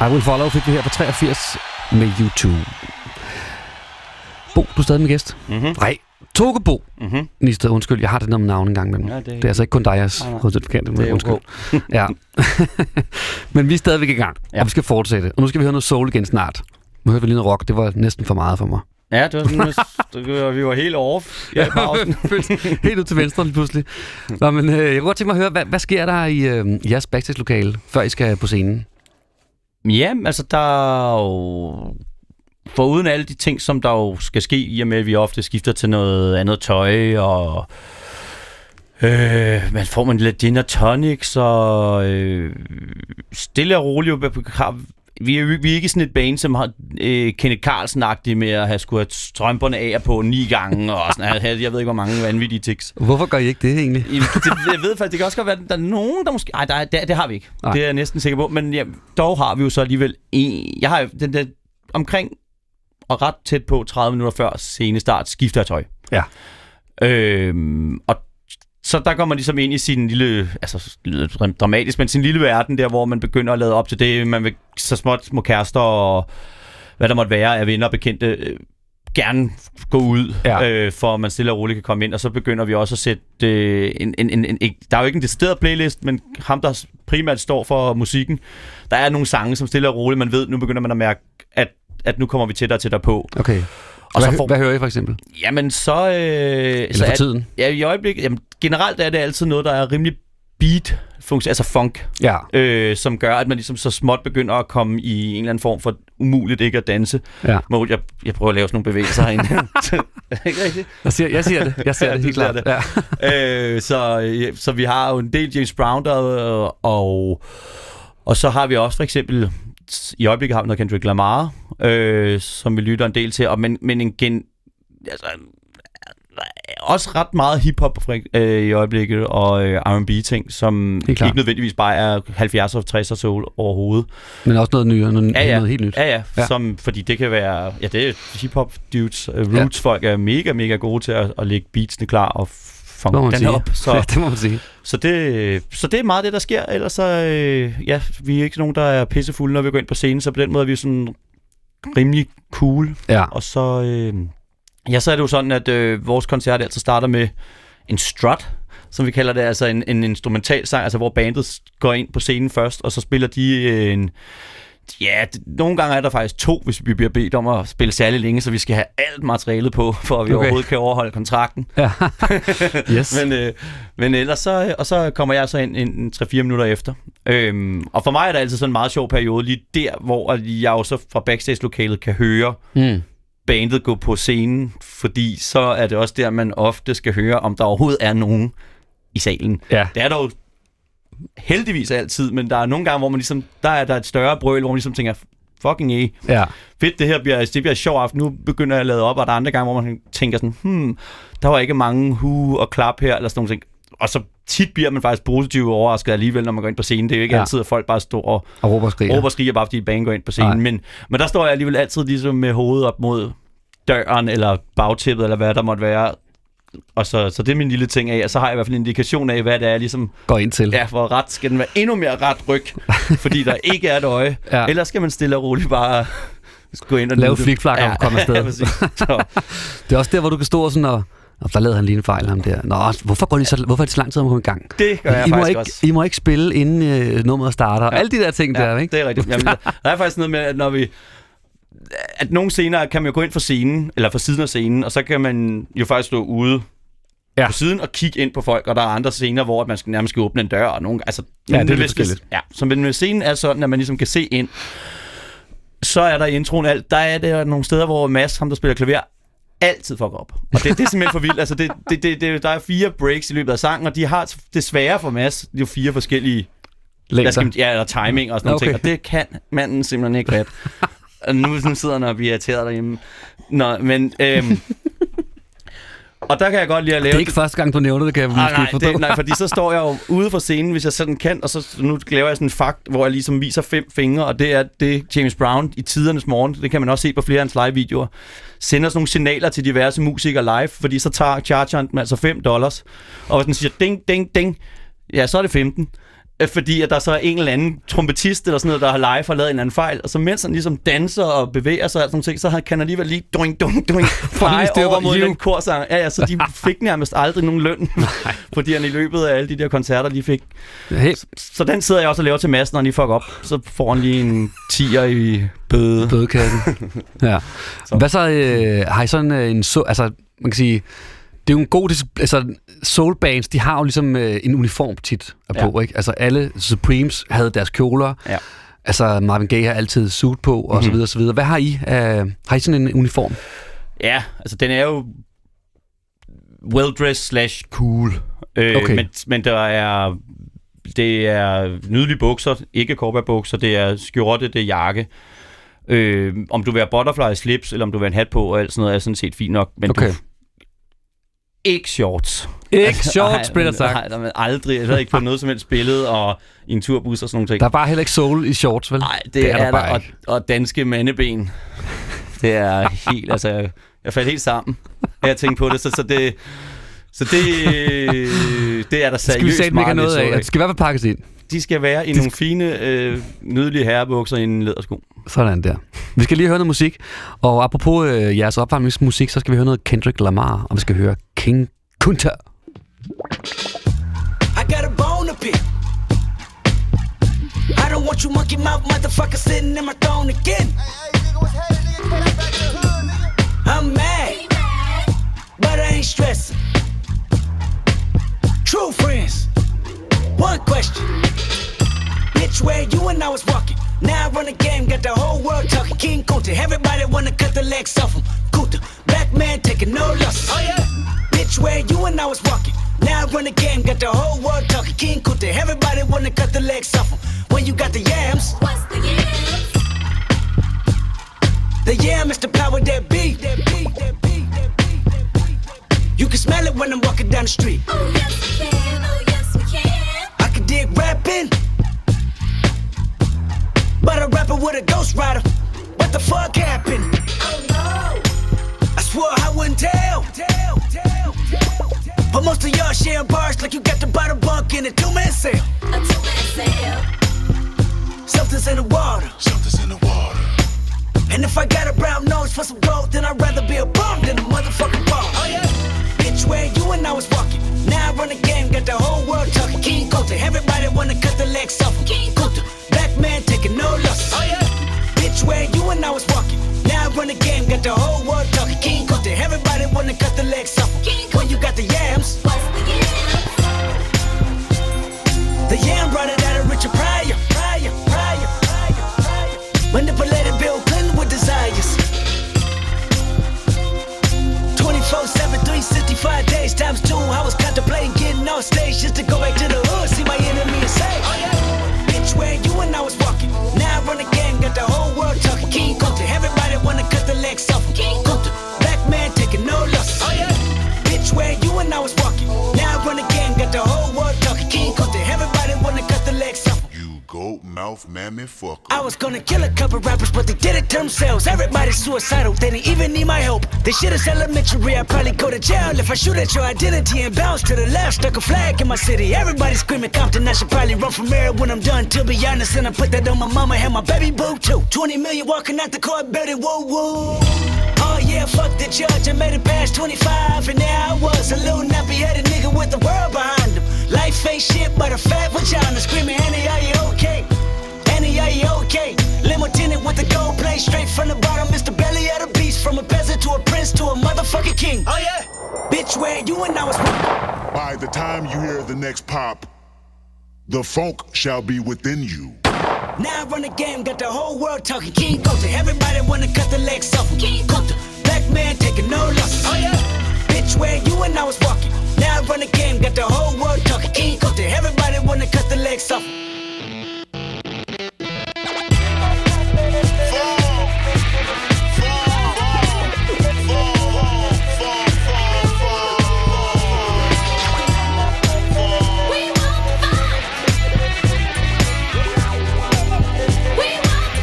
I Will Follow fik vi her på 83 med YouTube. Bo, du er stadig min gæst. Nej, Toge Bo. Nisted, undskyld, jeg har det om navn en gang med. Ja, det er altså ikke kun dig, jeg har fået det forkert. Det er undskyld. Ja. Men vi er stadigvæk i gang, og vi skal fortsætte. Og nu skal vi høre noget soul igen snart. Nu hører vi lige noget rock, det var næsten for meget for mig. Ja, det var sådan, vi var helt off. Ja, helt ud til venstre lige pludselig. Nå, men jeg kunne godt tænke mig at høre, hvad sker der i jeres backstage-lokale, før I skal på scenen? Ja, altså der er jo... Foruden alle de ting, som der jo skal ske, i og med, at vi ofte skifter til noget andet tøj, og man får man lidt gin og tonics, og stille og roligt. Vi er ikke sådan et band, som har Kenneth Carlsen-agtigt med at skulle have strømperne af og på 9 gange, og sådan, jeg ved ikke, hvor mange vanvittige tics. Hvorfor gør I ikke det egentlig? Jeg ved faktisk, det kan også godt være, at der er nogen, der måske... Nej, det har vi ikke. Nej. Det er jeg næsten sikker på. Men ja, dog har vi jo så alligevel... Jeg har den der omkring og ret tæt på 30 minutter før scenestart skifter tøj. Ja. Og så der går man ligesom ind i sin lille, altså dramatisk, men sin lille verden der, hvor man begynder at lade op til det, man vil så småt må kærester og hvad der måtte være af venner og bekendte gerne gå ud, for at man stille og roligt kan komme ind, og så begynder vi også at sætte der er jo ikke en decideret playlist, men ham der primært står for musikken, der er nogle sange, som stille og roligt, man ved, nu begynder man at mærke, at nu kommer vi tættere og tættere på. Okay. Og hvad hører I for eksempel? Jamen så... Eller for tiden? Ja, i øjeblikket... Jamen, generelt er det altid noget, der er rimelig beat, altså funk, som gør, at man ligesom så småt begynder at komme i en eller anden form for umuligt ikke at danse. Ja. Jeg prøver at lave sådan nogle bevægelser herinde. Ikke rigtigt? Jeg siger det. Jeg ser det helt klart. Ja. Så vi har jo en del James Brown der, og så har vi også for eksempel... I øjeblikket har vi noget Kendrick Lamar, som vi lytter en del til, men også ret meget hiphop i øjeblikket, og R&B ting, som ikke nødvendigvis bare er 70'er og 60'er soul overhovedet. Men også noget nyere, noget helt nyt. Ja. Fordi det kan være, det er hiphop dudes, roots folk er mega, mega gode til at lægge beatsene klar og fange den op. Så, det må man sige. Så det er meget det, der sker. Ellers så, vi er ikke nogen, der er pissefulde, når vi går ind på scenen, så på den måde er vi sådan rimelig cool. Ja. Og så, så er det jo sådan, at vores koncert altid starter med en strut, som vi kalder det, altså en instrumental sang, altså hvor bandet går ind på scenen først, og så spiller de en... Ja, nogle gange er der faktisk 2, hvis vi bliver bedt om at spille særlig længe, så vi skal have alt materialet på, for at vi overhovedet kan overholde kontrakten. Ja. Yes. Men ellers så kommer jeg så ind en 3-4 minutter efter. Og for mig er det altid sådan en meget sjov periode, lige der, hvor jeg jo så fra backstage-lokalet kan høre bandet gå på scenen, fordi så er det også der, man ofte skal høre, om der overhovedet er nogen i salen. Ja. Det er der jo heldigvis altid, men der er nogle gange, hvor man ligesom, der er der et større brøl, hvor man ligesom tænker, fucking fedt, det her bliver sjov aften, nu begynder jeg at lade op, og der er andre gange, hvor man tænker sådan, der var ikke mange og klap her, eller sådan nogle ting. Og så tit bliver man faktisk positivt overrasket alligevel, når man går ind på scenen. Det er jo ikke altid, at folk bare står og råber og skriger, bare fordi banen går ind på scenen. Men der står jeg alligevel altid ligesom med hovedet op mod døren, eller bagtæppet, eller hvad der måtte være. Og så det er min lille ting af, og så har jeg i hvert fald en indikation af, hvad det er, ligesom går ind til. Ja, hvor ret skal den være endnu mere ret ryg, fordi der ikke er et øje. Ja. Ellers skal man stille og roligt bare gå ind og lave flikflakker og komme afsted. Ja, det er også der, hvor du kan stå sådan og der lavede han lige en fejl ham der. Nå, hvorfor er det så lang tid om at komme i gang? Det gør jeg faktisk også. I må ikke spille, inden nummeret starter. Ja. Alle de der ting der, ikke? Det er rigtigt. Jamen, der er faktisk noget med, at når vi... At nogle scener kan man jo gå ind for scenen, eller for siden af scenen, og så kan man jo faktisk stå ude på siden og kigge ind på folk, og der er andre scener, hvor man nærmest skal åbne en dør, og nogle... Altså, det er forskelligt. Ja, så med scenen er sådan, at man ligesom kan se ind. Så er der i introen alt. Der er der nogle steder, hvor Mads, ham der spiller klaver, altid fucker op. Og det er simpelthen for vildt. Altså, der er 4 breaks i løbet af sangen, og de har desværre for Mads, det er jo 4 forskellige... eller timing og sådan noget ting, og det kan manden simpelthen ikke ret. Og nu sidder han og bliver irriteret derhjemme. Nå, men... og der kan jeg godt lide at lave... Det er ikke første gang, du nævner det, kan jeg måske forstå. Nej, fordi så står jeg jo ude for scenen, hvis jeg sådan kan, og så nu laver jeg sådan en fakt, hvor jeg ligesom viser 5 fingre, og det er det James Brown i tidernes morgen, det kan man også se på flere af hans live-videoer, sender sådan nogle signaler til diverse musikere live, fordi så charger han dem altså $5, og hvis den siger ding, ding, ding, ja, så er det 15. fordi at der så er en eller anden trompetist eller sådan noget, der har live og lavet en eller anden fejl, og så mens han ligesom danser og bevæger sig og sådan ting, så kan han alligevel lige doing pege over mod den korsang. Ja, så de fik nærmest aldrig nogen løn, fordi han i løbet af alle de der koncerter lige fik. Så den sidder jeg også og laver til Madsen, når han lige fucker op. Så får han lige en 10'er i bødekassen. Ja. Hvad så, har I sådan en altså man kan sige, det er jo en god, altså soulbands, de har jo ligesom en uniform tit på, ikke? Altså alle Supremes havde deres kjoler. Ja. Altså Marvin Gaye har altid suit på og så videre og så videre. Hvad har I? Har I sådan en uniform? Ja, altså den er jo well-dressed / cool. Okay. Men det er nydelige bukser, ikke cowboybukser, det er skjorte, det er jakke. Om du vil have butterfly slips, eller om du vil have en hat på, og alt sådan noget, er sådan set fint nok. Men okay. Ikke shorts. Ikke shorts, bliver der sagt. Nej, der er aldrig. Jeg har ikke på noget som helst billede, og i en turbus og sådan nogle ting. Der er bare heller ikke soul i shorts, vel? Nej, det er der og danske mandeben. Det er helt, altså, jeg faldt helt sammen, da jeg tænkte på det, så det er der seriøst meget noget af. Det skal i hvert fald pakkes ind. De skal være i nogle fine, nydelige herrebukser i en lædersko. Sådan der. Vi skal lige høre noget musik. Og apropos jeres opvarmningsmusik, så skal vi høre noget Kendrick Lamar. Og vi skal høre King Kunta. I got a bone to pick. I don't want you monkey mouth motherfucker sitting in my throne again. I'm mad, but I ain't stressing. True friends. One question. Bitch, where you and I was walking. Now I run the game, got the whole world talking. King Kunta, everybody wanna cut the legs off him. Kunta, black man taking no losses. Oh yeah. Bitch, where you and I was walking. Now I run the game, got the whole world talking. King Kunta, everybody wanna cut the legs off him. When you got the yams. What's the yams? The yam is the power that be. You can smell it when I'm walking down the street. Oh yes we can, oh yes we can. I can dig rapping, but a rapper with a ghost rider. What the fuck happened? Oh no. I swore I wouldn't tell. But most of y'all share bars like you got the bottom bunk in a two-man sale. A two-man sale. Something's in the water. Something's in the water. And if I got a brown nose for some gold, then I'd rather be a bum than a motherfucking ball. Oh yeah. Bitch, where you and I was walking. Now I run the game, got the whole world talking. King Kunta, everybody wanna cut the legs off him. King Kunta, black man taking no losses. Oh yeah. Bitch, where you and I was walking. Now I run the game, got the whole world talking. King Kunta, everybody wanna cut the legs off him. King When you got the yams. What's the yams? The yam brought it out of Richard Pryor. Manipulated Bill Clinton with desires. 24/7, 365 days times 2. I was contemplating getting on stage just to go back to the hood, see my enemy and say, oh yeah. Bitch, where you and I was walking. Now I run the game, got the whole world talking. King Kunta, everybody wanna cut the legs off him. King Kunta, black man taking no losses. Oh yeah. Bitch, where you and I was walking. Now I run the game, got the whole world talking. King Kunta, everybody wanna cut the legs off him. Goat mouth mammy fucker. I was gonna kill a couple rappers, but they did it to themselves. Everybody's suicidal, they didn't even need my help. This shit is elementary, I'd probably go to jail if I shoot at your identity and bounce to the left. Stuck a flag in my city, everybody screaming Compton. I should probably run from here when I'm done, to be honest. And I put that on my mama and my baby boo too. 20 million walking out the court, baby, whoa, whoa. Oh yeah, fuck the judge, I made it past 25. And now I was a little nappy-headed nigga with the world behind him. Life ain't shit but a fat vagina. Screaming, Annie, are you okay? Annie, are you okay? Limo tinted with the gold plate. Straight from the bottom, Mr. Belly of the beast. From a peasant to a prince to a motherfucking king. Oh yeah? Bitch, where you and I was... By the time you hear the next pop, the funk shall be within you. Now I run the game, got the whole world talking. King Kunta, everybody wanna cut the legs off him. King Kunta, black man taking no losses. Oh yeah? Bitch, where you and I was walking. Now I run the game, got the whole world talking. King Kunta, everybody wanna cut the legs off him.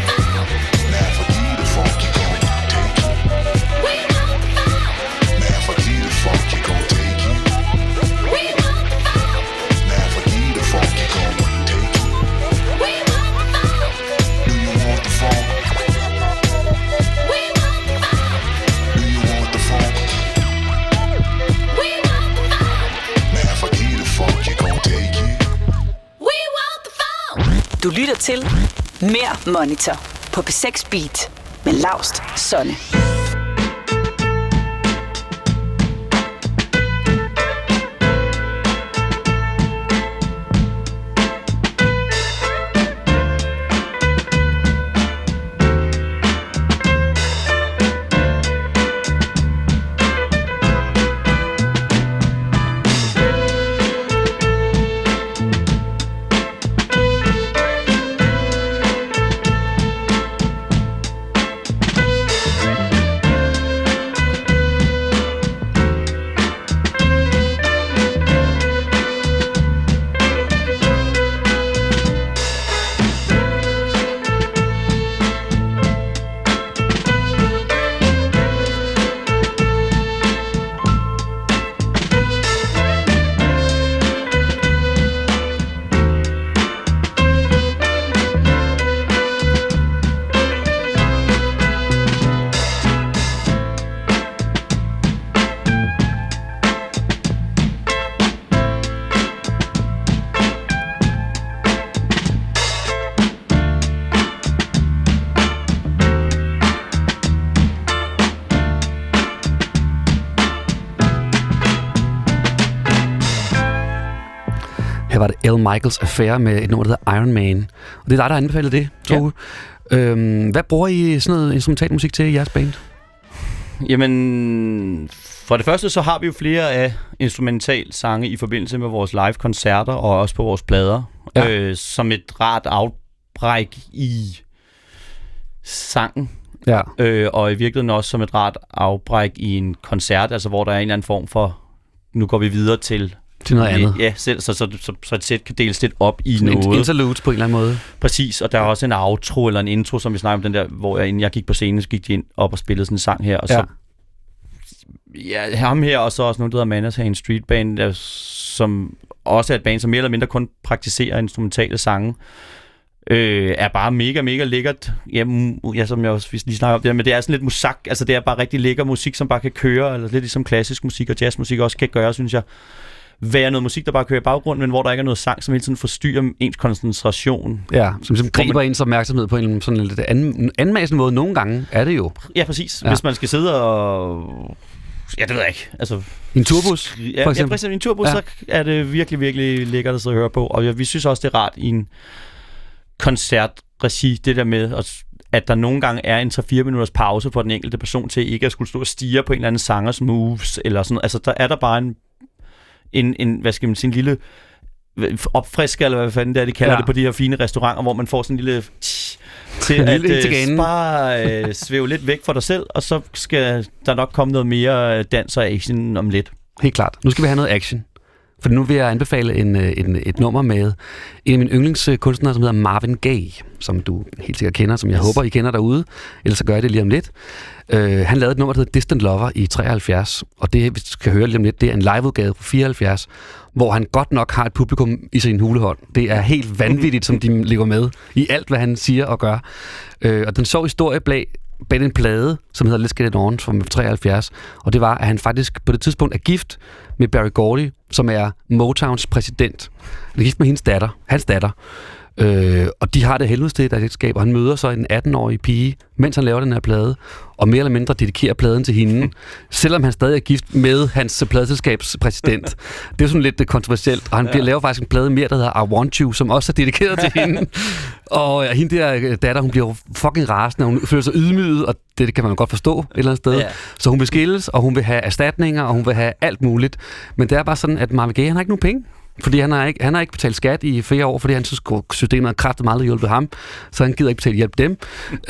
We want the lytter til Mere Monitor på P6 Beat med Laust Sonne. Her var det L. Michaels Affair med et nummer, der hedder Iron Man. Og det er dig, der har anbefalet det, Toge. Ja. Hvad bruger I sådan noget instrumentalmusik til i jeres band? Jamen, for det første så har vi jo flere af instrumental sange i forbindelse med vores live-koncerter og også på vores plader. Ja. Som et rart afbræk i sangen. Ja. Og i virkeligheden også som et rart afbræk i en koncert, altså hvor der er en eller anden form for, nu går vi videre til noget andet. Ja, så et sæt kan deles lidt op i sådan noget. Interludes på en eller anden måde. Præcis, og der er også en outro eller en intro, som vi snakker om den der, hvor inden jeg gik på scenen, så gik de ind op og spillede sådan en sang her, og så ham her, og så også nogen, der hedder Manhattan Street Band, som også er et band, som mere eller mindre kun praktiserer instrumentale sange, er bare mega, mega lækkert. Ja, som jeg også lige snakker om det, men det er sådan lidt musak, altså det er bare rigtig lækker musik, som bare kan køre, eller lidt ligesom klassisk musik og jazzmusik også kan gøre, synes jeg. Være noget musik, der bare kører i baggrunden, men hvor der ikke er noget sang, som hele tiden forstyrrer ens koncentration. Ja, som griber ens opmærksomhed på en sådan lidt anmassende måde. Nogle gange er det jo. Ja, præcis. Ja. Hvis man skal sidde og... Ja, det ved jeg ikke. Altså, en turbus, for eksempel. Ja, præcis. En turbus, så er det virkelig, virkelig lækkert at sidde og høre på. Og vi synes også, det er rart i en koncertregi, det der med, at der nogle gange er en 3-4 minutters pause for den enkelte person til ikke at skulle stå og stirre på en eller anden sangers moves, eller sådan. Altså, der er der bare en hvad skal man sige, en lille opfrisker, eller hvad fanden det er, de kalder det på de her fine restauranter, hvor man får sådan en lille til at bare svæve lidt væk fra dig selv, og så skal der nok komme noget mere dans og action om lidt. Helt klart. Nu skal vi have noget action. For nu vil jeg anbefale et nummer med en af mine yndlingskunstnere, som hedder Marvin Gaye, som du helt sikkert kender, som jeg håber, I kender derude. Ellers så gør jeg det lige om lidt. Han lavede et nummer, der hedder Distant Lover i 73, og det, hvis du skal høre lige om lidt, det er en liveudgave på 74, hvor han godt nok har et publikum i sin hulehånd. Det er helt vanvittigt, som de ligger med i alt, hvad han siger og gør. Og den så historie bag en plade, som hedder Let's Get It On fra 73, og det var, at han faktisk på det tidspunkt er gift med Berry Gordy, som er Motowns præsident. Han er gift med hans datter. Og de har det helvedested i deres ægteskab, og han møder så en 18-årig pige, mens han laver den her plade, og mere eller mindre dedikerer pladen til hende, selvom han stadig er gift med hans pladeselskabspræsident. Det er sådan lidt kontroversielt, og han laver faktisk en plade mere, der hedder I Want You, som også er dedikeret til hende. Og hende der datter, hun bliver fucking rasende, og hun føler sig ydmyget, og det kan man godt forstå et eller andet sted. Yeah. Så hun vil skilles, og hun vil have erstatninger, og hun vil have alt muligt. Men det er bare sådan, at Marvin Gaye, han har ikke nogen penge. Fordi han har ikke betalt skat i flere år, fordi han synes, systemet har kraftigt meget hjulpet ham, så han gider ikke betale hjælp dem.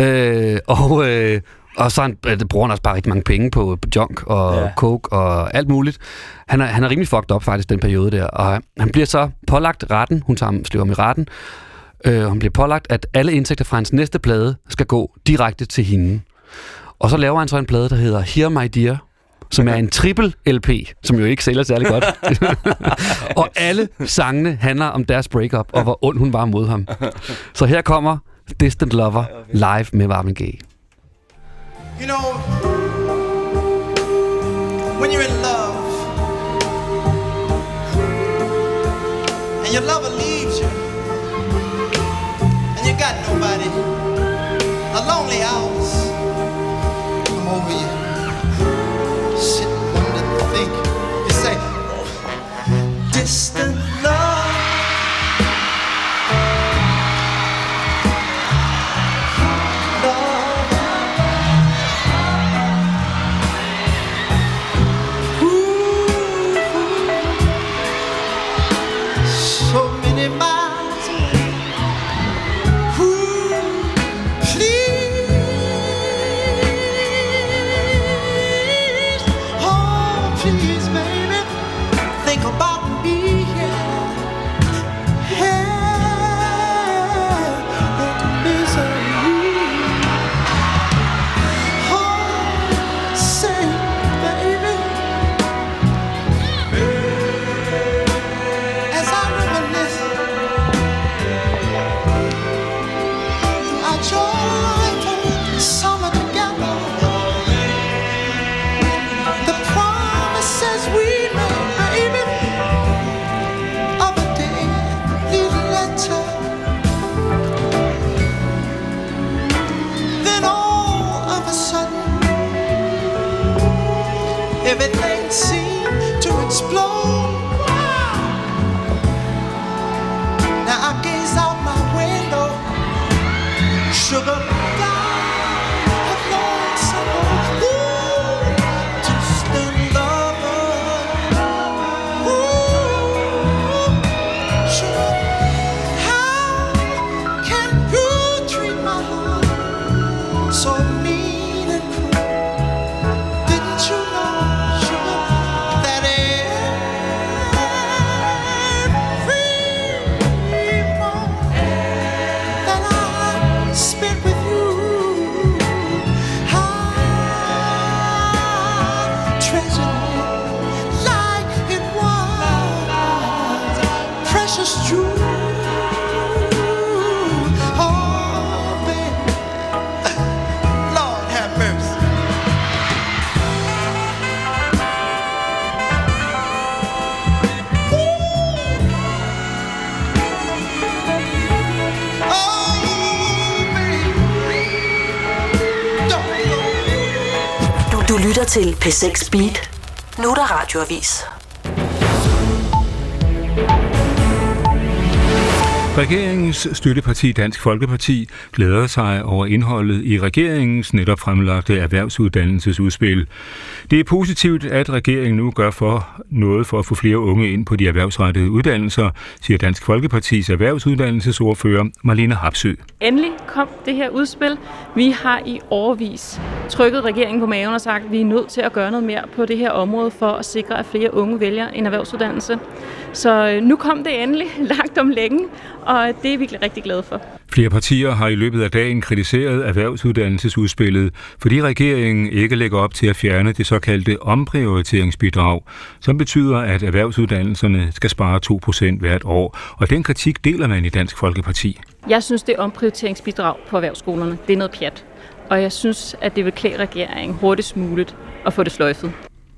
Og så bruger han også bare rigtig mange penge på junk og coke og alt muligt. Han er rimelig fucked up faktisk den periode der, og han bliver så pålagt retten, hun slår ham i retten, han bliver pålagt, at alle indtægter fra hans næste plade skal gå direkte til hende. Og så laver han så en plade, der hedder Here My Dear, som er en triple LP, som jo ikke sælger særlig godt. Og alle sangene handler om deres breakup, og hvor ond hun var mod ham. Så her kommer Distant Lover live med Marvin Gaye. You know, when you're in love, and your lover leaves you, got nobody, a lonely house, come over you, sit and wonder and think. You say, distant love, love. Ooh, so many miles away. Ooh, please, oh please, baby, think about me, yeah. Yeah, with misery. Oh, say, baby, as I reminisce our joyful summer together, the promises we made, baby, of a daily letter. Then all of a sudden, everything seemed to explode. Now I gaze out my window, sugar down, have lonesome, ooh, distant lover, ooh, sugar, how can you treat my heart so mean and cruel? Didn't you know, sugar, that every moment that I spent with you, I treasure it like it was precious jewel. Oh, baby, Lord have mercy. Du lytter til P6 Beat. Nu er der radioavis. Regeringens støtteparti Dansk Folkeparti glæder sig over indholdet i regeringens netop fremlagte erhvervsuddannelsesudspil. Det er positivt, at regeringen nu gør noget for at få flere unge ind på de erhvervsrettede uddannelser, siger Dansk Folkepartis erhvervsuddannelsesordfører Marlene Harpsø. Endelig kom det her udspil. Vi har i årevis trykket regeringen på maven og sagt, at vi er nødt til at gøre noget mere på det her område for at sikre, at flere unge vælger en erhvervsuddannelse. Så nu kom det endelig langt om længe, og det er vi virkelig rigtig glade for. Flere partier har i løbet af dagen kritiseret erhvervsuddannelsesudspillet, fordi regeringen ikke lægger op til at fjerne det såkaldte omprioriteringsbidrag, som betyder, at erhvervsuddannelserne skal spare 2% hvert år, og den kritik deler man i Dansk Folkeparti. Jeg synes, det omprioriteringsbidrag på erhvervsskolerne, det er noget pjat, og jeg synes, at det vil klæde regeringen hurtigst muligt at få det sløjfet.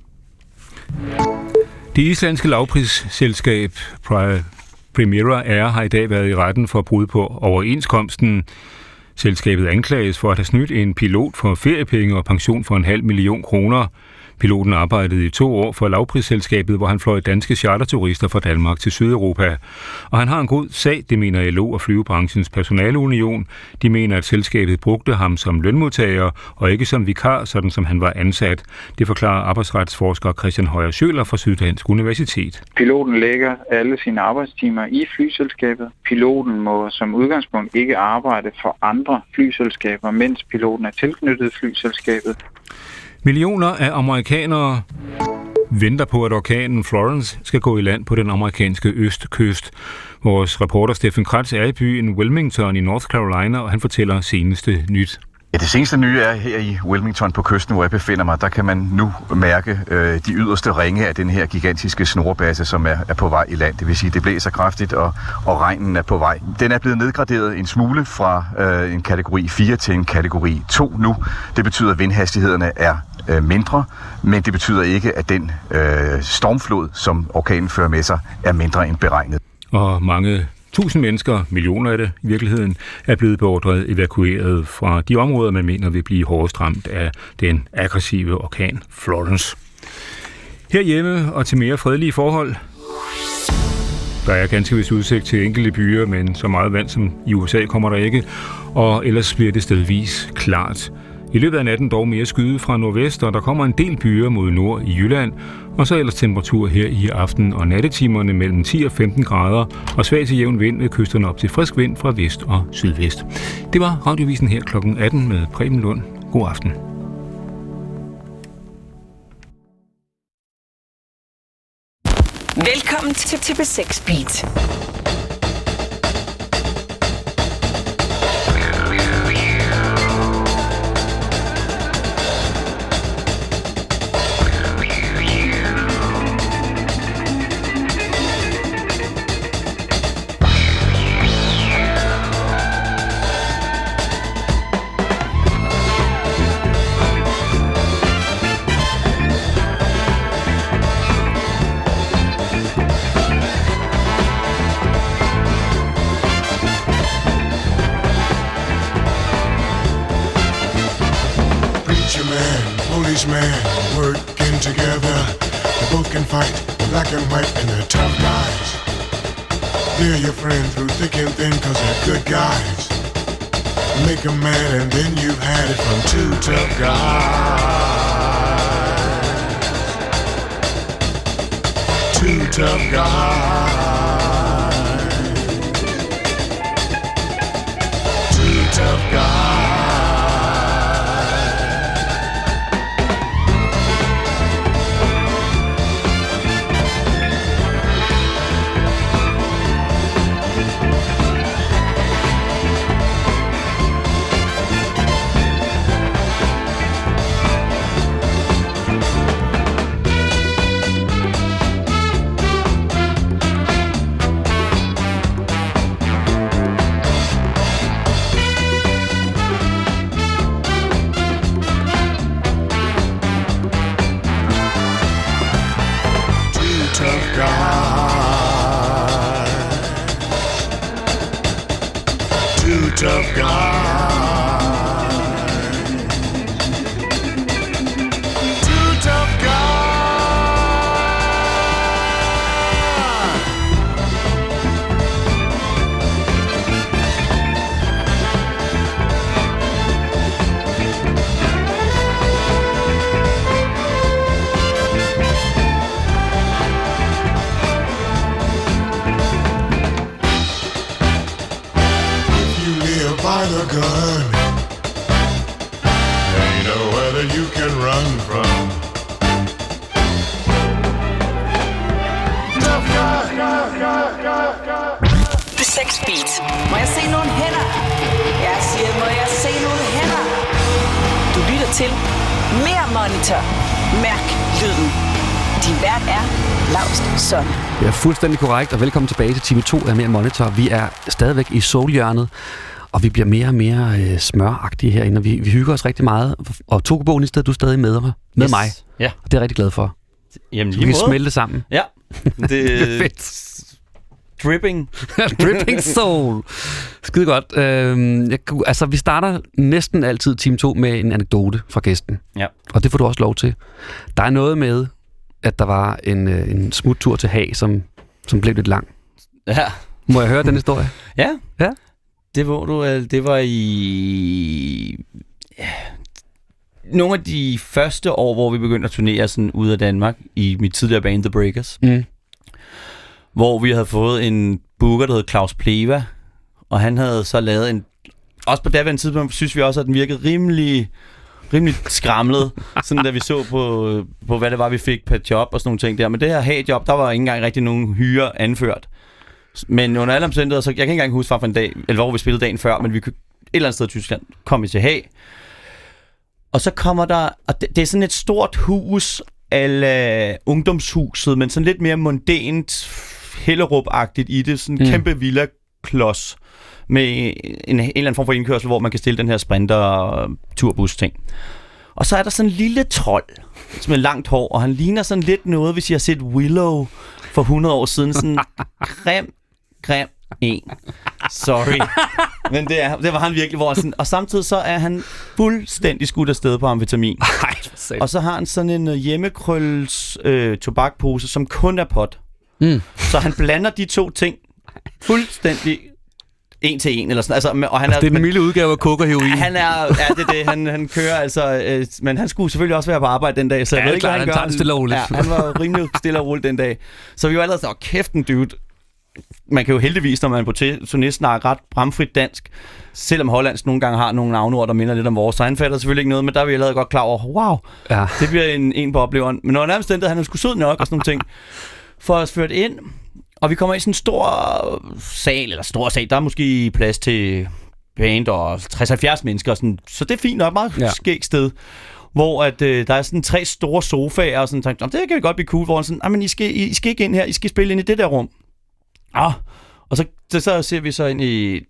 Det islandske lavprisselskab Primera Air har i dag været i retten for brud på overenskomsten. Selskabet anklages for at have snydt en pilot for feriepenge og pension for 500.000 kroner. Piloten arbejdede i 2 år for lavprisselskabet, hvor han fløj danske charterturister fra Danmark til Sydeuropa. Og han har en god sag, det mener LO og Flyvebranchens Personaleunion. De mener, at selskabet brugte ham som lønmodtager og ikke som vikar, sådan som han var ansat. Det forklarer arbejdsretsforsker Christian Højer Schøler fra Syddansk Universitet. Piloten lægger alle sine arbejdstimer i flyselskabet. Piloten må som udgangspunkt ikke arbejde for andre flyselskaber, mens piloten er tilknyttet flyselskabet. Millioner af amerikanere venter på, at orkanen Florence skal gå i land på den amerikanske østkyst. Vores reporter Steffen Kratz er i byen Wilmington i North Carolina, og han fortæller seneste nyt. Ja, det seneste nye er her i Wilmington på kysten, hvor jeg befinder mig. Der kan man nu mærke de yderste ringe af den her gigantiske snorbasse, som er på vej i land. Det vil sige, det blæser kraftigt, og regnen er på vej. Den er blevet nedgraderet en smule fra en kategori 4 til en kategori 2 nu. Det betyder, at vindhastighederne er mindre, men det betyder ikke, at den stormflod, som orkanen fører med sig, er mindre end beregnet. Og mange 1000 mennesker, millioner af det i virkeligheden, er blevet beordret evakueret fra de områder, man mener vil blive hårdest ramt af den aggressive orkan Florence. Herhjemme og til mere fredelige forhold. Der er ganske vist udsigt til enkelte byer, men så meget vand som i USA kommer der ikke, og ellers bliver det stedvis klart. I løbet af natten dog mere skyde fra nordvest, og der kommer en del byer mod nord i Jylland, og så ellers temperatur her i aften- og nattetimerne mellem 10 og 15 grader, og svag til jævn vind ved kysterne op til frisk vind fra vest og sydvest. Det var Radiovisen her kl. 18 med Preben Lund. God aften. Velkommen til P6 Beat. Man working together, they both can fight, black and white, and they're tough guys. They're your friend through thick and thin, cause they're good guys. Make 'em mad and then you've had it from two tough guys. Two tough guys. Two tough guys. Tough guys. Two tough guys. By the gun, ain't no whether you can run from. Tough guy. P6 Beat. Må jeg se nogle hænder? Jeg siger, må jeg se nogle hænder? Du lytter til Mere Monitor. Mærk lyden. Din vært er Laust Sonne. Det er fuldstændig korrekt, og velkommen tilbage til time 2 af Mere Monitor. Vi er stadigvæk i soulhjørnet, og vi bliver mere og mere smøragtige herinde, og vi hygger os rigtig meget. Og Togo Nisted, du er stadig med yes. mig. Ja. Og det er jeg rigtig glad for. Jamen, vi kan smelte sammen. Ja. Det er fedt. Dripping. Dripping soul. Skide godt. Vi starter næsten altid time 2 med en anekdote fra gæsten. Ja. Og det får du også lov til. Der er noget med, at der var en smuttur til Haag, som blev lidt lang. Ja. Må jeg høre den historie? Ja. Ja. Det var i nogle af de første år, hvor vi begyndte at turnere sådan ud af Danmark i mit tidligere band The Breakers. Hvor vi havde fået en booker, der hed Claus Pleva, og han havde så lavet en... Også på daværende tidspunkt synes vi også, at den virkede rimelig skramlet, sådan da vi så på hvad det var, vi fik per job og sådan nogle ting der. Men det her Haag-job, der var ikke engang rigtig nogen hyre anført. Men under alle omstændigheder, så jeg kan ikke engang huske for en dag, eller hvor vi spillede dagen før, men vi et eller andet sted i Tyskland kom vi til Haag. Og så kommer der, og det er sådan et stort hus, ala ungdomshuset, men sådan lidt mere mondænt, Hellerup-agtigt i det, sådan en kæmpe villa-klods med en eller anden form for indkørsel, hvor man kan stille den her sprinter-turbus-ting. Og så er der sådan en lille trold, som er langt hår, og han ligner sådan lidt noget, hvis I har set Willow for 100 år siden. Sådan grim, en. Sorry. Men det var han virkelig, hvor sådan, og samtidig så er han fuldstændig skudt afsted på amfetamin. Og så har han sådan en hjemmekrølles tobakpose, som kun er pot. Så han blander de to ting fuldstændig en til en eller sådan. Altså, og han det er den milde udgave af kokaheroin. Han han kører altså, men han skulle selvfølgelig også være på arbejde den dag, så jeg ved ikke, hvad han gør. Han stille og roligt. Ja, han var rimelig stille og roligt den dag. Så vi var allerede så, kæft en dude. Man kan jo heldigvis, når man er på turné, snakke ret bramfrit dansk, selvom hollandsk nogle gange har nogle navnord, der minder lidt om vores, så han fatter selvfølgelig ikke noget, men der er vi allerede godt klar over, wow, det bliver en på opleveren. Men når han nærmest han er sgu sød nok og sådan nogle ting, for os ført ind, og vi kommer i sådan en stor sal, der er måske plads til band og 60-70 mennesker, sådan, så det er fint nok, meget skægt sted. Hvor at, der er sådan 3 store sofaer, og sådan, det kan godt blive cool, hvor han sådan, men I skal ikke ind her, I skal spille ind i det der rum. Og så ser vi så ind i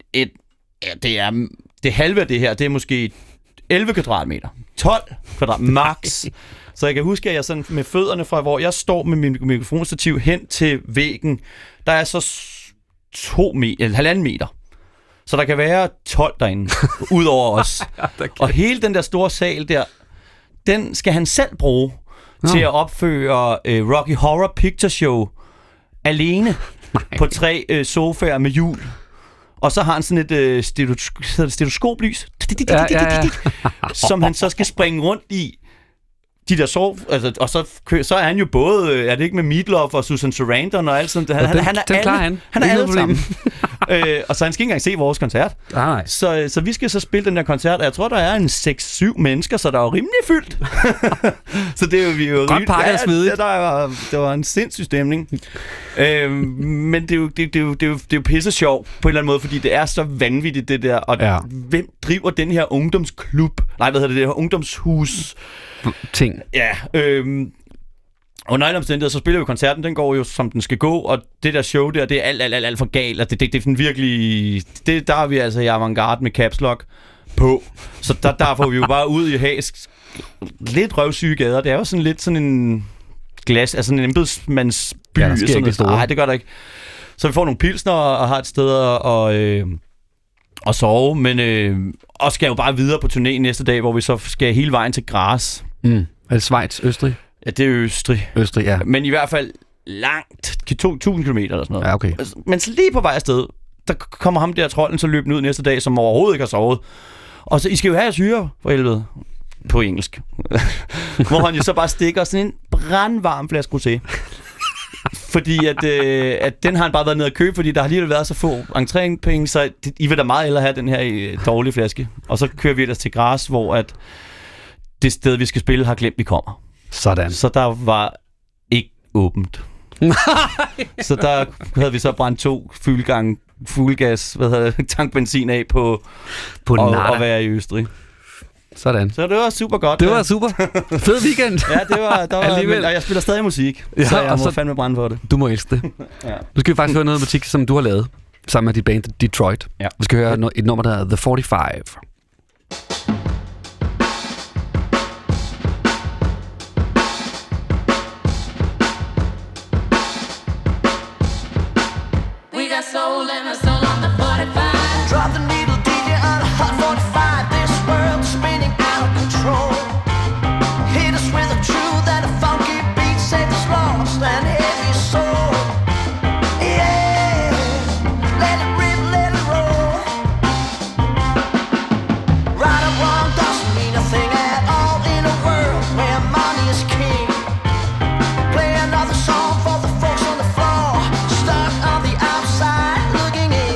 det halve af det her, det er måske 11 kvadratmeter. 12 kvadratmeter, max. Så jeg kan huske, at jeg sådan med fødderne fra, hvor jeg står med min mikrofonstativ hen til væggen, der er så 1,5 meter. Så der kan være 12 derinde, ud over os. Og hele den der store sal der, den skal han selv bruge til at opføre Rocky Horror Picture Show alene på 3 sofaer med hjul. Og så har han sådan et stetoskoplys, som han så skal springe rundt i. De der og så er han jo både, er det ikke med Meatloaf og Susan Sarandon og alt sådan. Han er alle sammen. Og så han skal ikke engang se vores koncert. Så vi skal så spille den der koncert, og jeg tror, der er en 6-7 mennesker, så der er jo rimelig fyldt. Så det er jo, vi er jo godt pakket og smidigt. Der var en sindssyg stemning. Men det er jo pisse sjov på en eller anden måde, fordi det er så vanvittigt, det der. Og hvem driver den her ungdomsklub? Nej, hvad hedder det her ungdomshus? Ting. Ja, under alle omstændigheder, så spiller vi koncerten, den går jo som den skal gå, og det der show der, det er alt for galt, og det er sådan virkelig, der er vi altså i avantgarde med caps lock på, så der får vi jo bare ud i hæsk, lidt røvsyge gader, det er jo sådan lidt sådan en glas, altså en embedsmandsby. Ja, der sker ikke det store. Nej, det gør der ikke. Så vi får nogle pilsner og har et sted at sove, men og skal jo bare videre på turné næste dag, hvor vi så skal hele vejen til Graz. Er det Schweiz, Østrig? Ja, det er Østrig. Østrig, ja. Men i hvert fald langt, 2.000 kilometer eller sådan noget. Ja, okay. Men så lige på vej afsted, der kommer ham der trolden så løbende ud næste dag, som overhovedet ikke har sovet. Og så, I skal jo have jeres hyre, for helvede. På engelsk. Hvor han jo så bare stikker sådan en brandvarm flaske rosé. Fordi at den har han bare været nede at købe, fordi der har alligevel været så få entrépenge, så I vil da meget hellere have den her dårlige flaske. Og så kører vi ellers til Graz, hvor at det sted, vi skal spille, har glemt, vi kommer. Sådan. Så der var ikke åbent. Så der havde vi så brændt 2 fuldgas, tankbenzin af på at være i Østrig. Sådan. Så det var super godt. Det var super. Fed weekend. Ja, der var og jeg spiller stadig musik, så jeg må fandme brænde for det. Du må elske det. Nu skal vi faktisk høre noget musik, som du har lavet, sammen med dit band Detroit. Ja. Vi skal høre et nummer, der hedder The 45. We got soul and a soul on the 45. Drop the needle, DJ, on a hot 45. This world's spinning out of control. Hit us with a truth and a funky beat. Set us lost and heavy soul. Yeah, let it rip, let it roll. Right or wrong doesn't mean a thing at all in a world where money is king. Play another song for the folks on the floor, stuck on the outside looking in.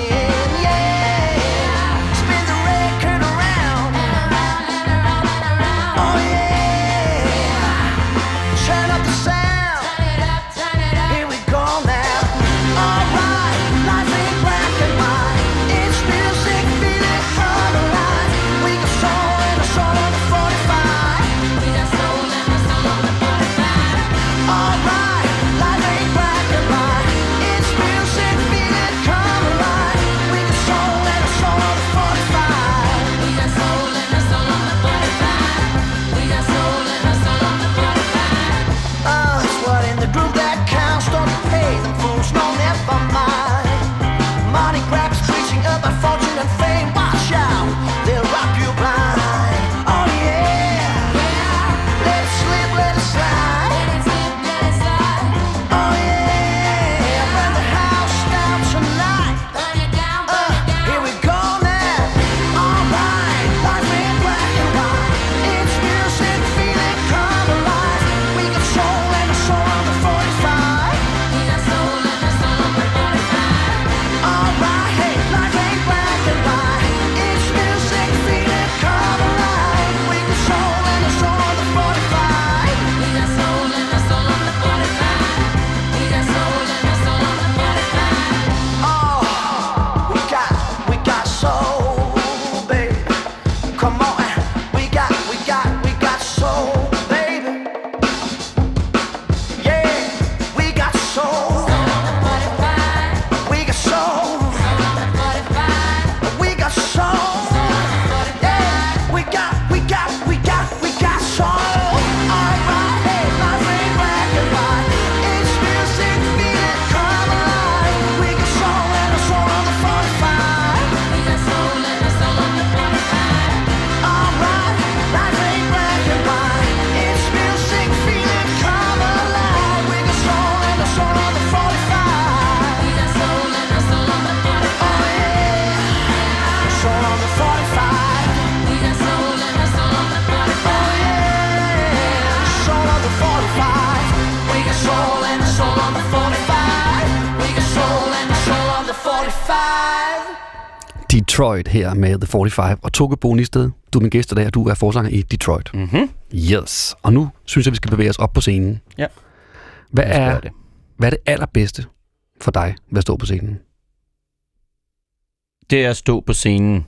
Detroit her med The 45. Og Toke Bo Nisted, du er min gæst i dag, og du er forsanger i Detroit. Mhm. Yes. Og nu synes jeg, vi skal bevæge os op på scenen. Ja. Hvad er det allerbedste for dig ved at stå på scenen? Det er at stå på scenen.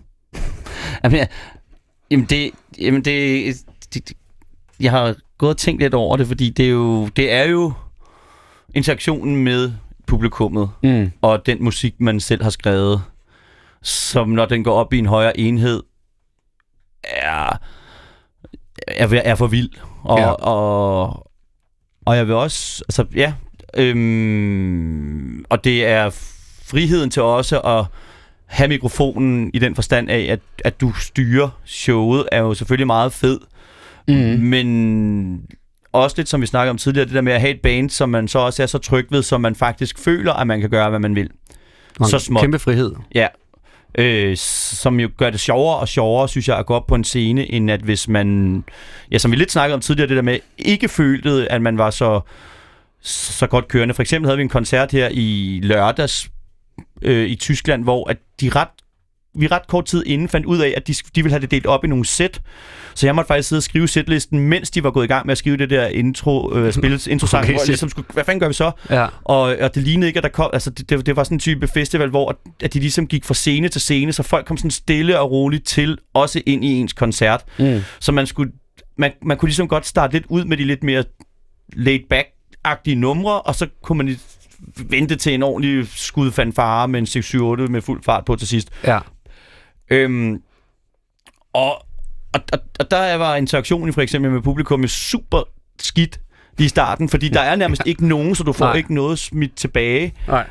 Jeg har gået og tænkt lidt over det, fordi det er jo interaktionen med publikummet, og den musik, man selv har skrevet, som når den går op i en højere enhed, er for vild. Og jeg vil også, altså ja, og det er friheden til også at have mikrofonen i den forstand af, at du styrer showet, er jo selvfølgelig meget fed, men også lidt som vi snakkede om tidligere, det der med at have et band, som man så også er så tryg ved, som man faktisk føler, at man kan gøre, hvad man vil. Så småt. Kæmpe frihed. Ja. Som jo gør det sjovere og sjovere, synes jeg, at gå op på en scene, end at hvis man, ja, som vi lidt snakkede om tidligere, det der med, ikke følte, at man var så godt kørende. For eksempel havde vi en koncert her i lørdags i Tyskland, hvor at vi ret kort tid inden fandt ud af, at de ville have det delt op i nogle sæt. Så jeg måtte faktisk sidde og skrive setlisten, mens de var gået i gang med at skrive det der introsang, okay, hvor jeg ligesom skulle, hvad fanden gør vi så? Ja. Og det lignede ikke, at der kom, altså det var sådan en type festival, hvor at de ligesom gik fra scene til scene, så folk kom sådan stille og roligt til, også ind i ens koncert. Så man kunne ligesom godt starte lidt ud med de lidt mere laid-back-agtige numre, og så kunne man vente til en ordentlig skud fanfare med en 6-7-8 med fuld fart på til sidst. Ja. Og der var interaktionen for eksempel med publikum super skidt i starten, fordi der er nærmest ikke nogen, så du får ikke noget smidt tilbage.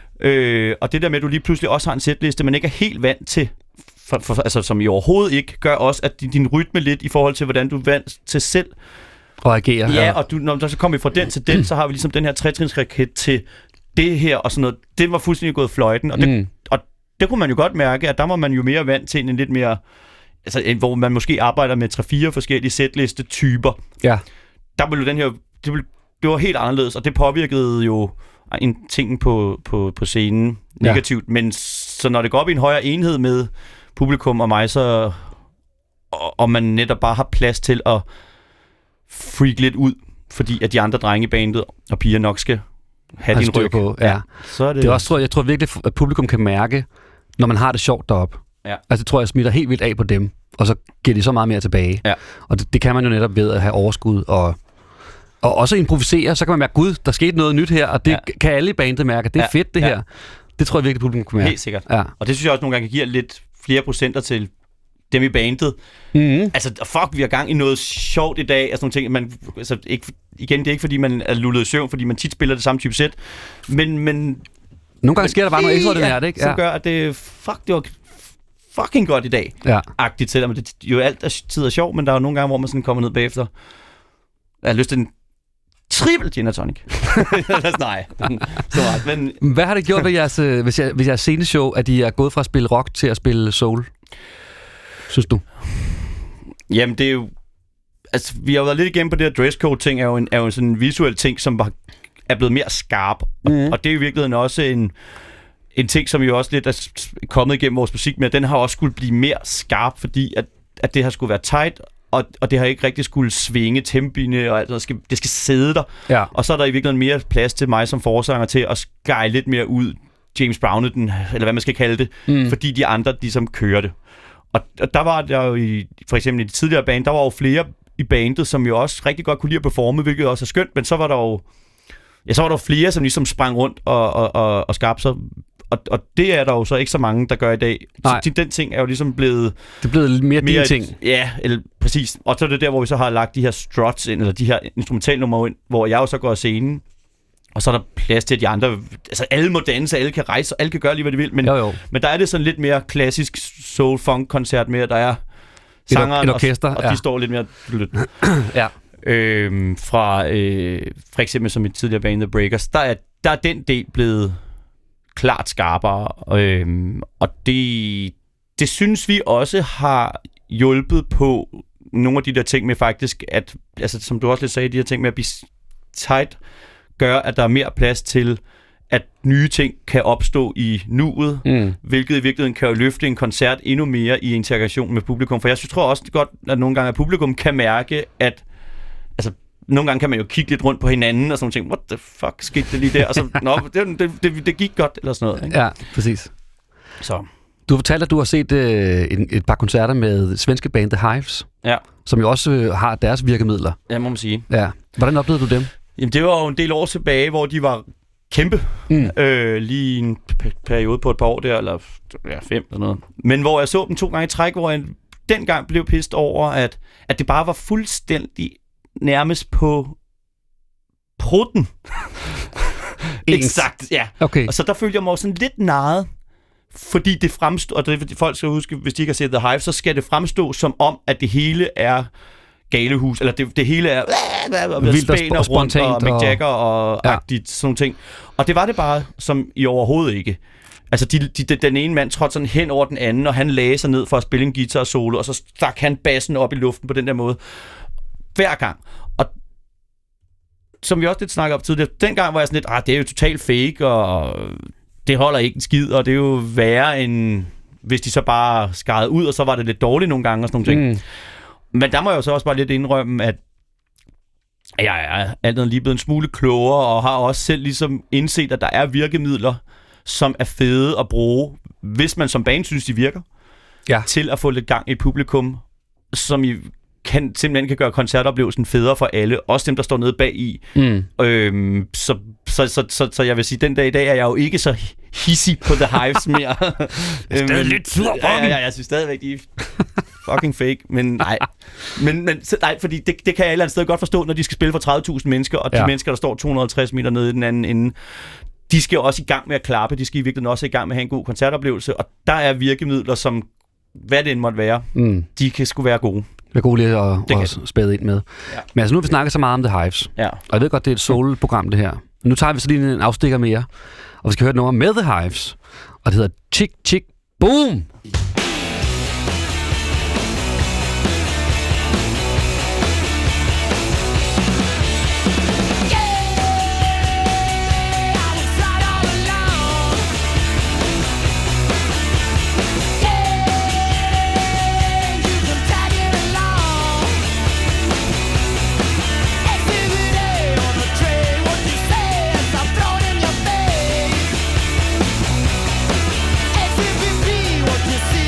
Og det der med, at du lige pludselig også har en sætliste, man ikke er helt vant til, altså som i overhovedet ikke, gør også, at din rytme lidt i forhold til, hvordan du er vant til selv og agere. Ja, og når så kommer vi fra den til den, så har vi ligesom den her tretrinsraket til det her og sådan noget. Det var fuldstændig gået fløjten, og det kunne man jo godt mærke, at der var man jo mere vant til en lidt mere, altså hvor man måske arbejder med 3-4 forskellige sætliste-typer. Ja. Der blev den her, det var helt anderledes, og det påvirkede jo en ting på scenen negativt, men så når det går op i en højere enhed med publikum og mig, så og man netop bare har plads til at freak lidt ud, fordi at de andre drenge i bandet og piger nok skal have din ryg på. Ja. Så er det også, jeg tror virkelig, at publikum kan mærke, når man har det sjovt deroppe. Ja. Altså det tror jeg smitter helt vildt af på dem, og så giver de så meget mere tilbage. Ja. Og det kan man jo netop ved at have overskud og også improvisere, så kan man mærke, gud, der skete noget nyt her, og det kan alle i bandet mærke. Det er fedt, det her. Det tror jeg virkelig, publikum kan mærke. Helt sikkert. Ja. Og det synes jeg også nogle gange giver lidt flere procenter til dem i bandet. Altså, fuck, vi har gang i noget sjovt i dag, og sådan nogle ting. Altså, ikke, igen, det er ikke, fordi man er lullet i søvn, fordi man tit spiller det samme type sæt, men nogle gange sker der bare noget ekstraordinært, ikke? Som gør, at det var fucking godt i dag. Ja. Agtigt, selvom det jo alt er tid og sjov, men der er jo nogle gange, hvor man sådan kommer ned bagefter. Jeg har lyst til en triple gin and tonic. Nej. Men hvad har det gjort ved jeres sceneshow, at I er gået fra at spille rock til at spille soul? Synes du? Jamen, det er jo... Altså, vi har været lidt igennem på det her dresscode-ting, er jo sådan en visuel ting, som er blevet mere skarp. Og det er jo i virkeligheden også en ting, som jo også lidt er kommet igennem vores musik, men den har også skulle blive mere skarp, fordi at det har skulle være tight, og det har ikke rigtig skulle svinge tempine og alt sådan. Det skal sidde der. Ja. Og så er der i virkeligheden mere plads til mig som forsanger til at skære lidt mere ud, James Brown den, eller hvad man skal kalde det, fordi de andre ligesom kører det. Og der var der jo for eksempel i det tidligere band, der var jo flere i bandet, som jo også rigtig godt kunne lide at performe, hvilket også er skønt, men så var der jo flere, som ligesom sprang rundt og skabte sig. Og det er der jo så ikke så mange, der gør i dag. Så den ting er jo ligesom blevet... Det er blevet mere din ting. Ja, præcis. Og så er det der, hvor vi så har lagt de her struts ind, eller de her instrumentalnumre ind, hvor jeg jo så går af scenen, og så er der plads til, at de andre... Altså, alle må danse, alle kan rejse, alle kan gøre lige, hvad de vil. Men, men der er det sådan lidt mere klassisk soul-funk-koncert med, at der er sangeren, et orkester, og de står lidt mere... Ja. For eksempel som i tidligere band, The Breakers, der er den del blevet klart skarpere. Og det synes vi også har hjulpet på nogle af de der ting med faktisk, at, altså, som du også lidt sagde, de her ting med at blive tight, gør, at der er mere plads til, at nye ting kan opstå i nuet, hvilket i virkeligheden kan jo løfte en koncert endnu mere i interaktion med publikum. For jeg tror også godt, at nogle gange at publikum kan mærke, at altså, nogle gange kan man jo kigge lidt rundt på hinanden og sådan ting. What the fuck skete det lige der? Og så, det gik godt, eller sådan noget. Ikke? Ja, præcis. Så. Du fortalte, at du har set et par koncerter med svenske band The Hives, som jo også har deres virkemidler. Ja, må man sige. Ja. Hvordan oplevede du dem? Jamen, det var jo en del år tilbage, hvor de var kæmpe. Lige en periode på et par år der, eller 5 eller noget. Men hvor jeg så dem 2 gange i træk, hvor jeg dengang blev pissed over, at det bare var fuldstændig nærmest på prutten. Exakt, ja. Okay. Og så der følte jeg mig sådan lidt narret, fordi det fremstod, og det folk skal huske, hvis de ikke har set The Hive, så skal det fremstå som om, at det hele er galehus, eller det hele er spæner rundt, og Mick Jagger og agtigt, sådan nogle ting. Og det var det bare, som i overhovedet ikke. Altså, den ene mand trådte sådan hen over den anden, og han lagde sig ned for at spille en guitar solo, og så stak han bassen op i luften på den der måde. Hver gang. Og som vi også lidt snakkede om tidligere, dengang var jeg sådan lidt, det er jo totalt fake, og det holder ikke en skid, og det er jo værre end hvis de så bare skarede ud, og så var det lidt dårligt nogle gange og sådan nogle ting. Men der må jeg jo så også bare lidt indrømme, at jeg er alt lige blevet en smule klogere, og har også selv ligesom indset, at der er virkemidler, som er fede at bruge, hvis man som band synes, de virker, til at få lidt gang i et publikum, som I simpelthen kan gøre koncertoplevelsen federe for alle, også dem, der står nede bag i. Så jeg vil sige, den dag i dag er jeg jo ikke så hissig på The Hives mere. Jeg er stadig lidt sur på dem. Jeg synes stadigvæk, de er fucking fake, men nej. Men nej, fordi det kan jeg et eller andet sted godt forstå, når de skal spille for 30.000 mennesker, og de mennesker, der står 250 meter nede i den anden ende, de skal jo også i gang med at klappe, de skal i virkeligheden også i gang med at have en god koncertoplevelse, og der er virkemidler, som hvad det end måtte være, de kan sgu være gode. Det er god lige at spæde ind med. Ja. Men altså nu har vi snakket så meget om The Hives, og jeg ved godt, det er et soul-program det her. Men nu tager vi så lige en afstikker mere, og vi skal høre et nummer med The Hives, og det hedder Chick Chick Boom! What you see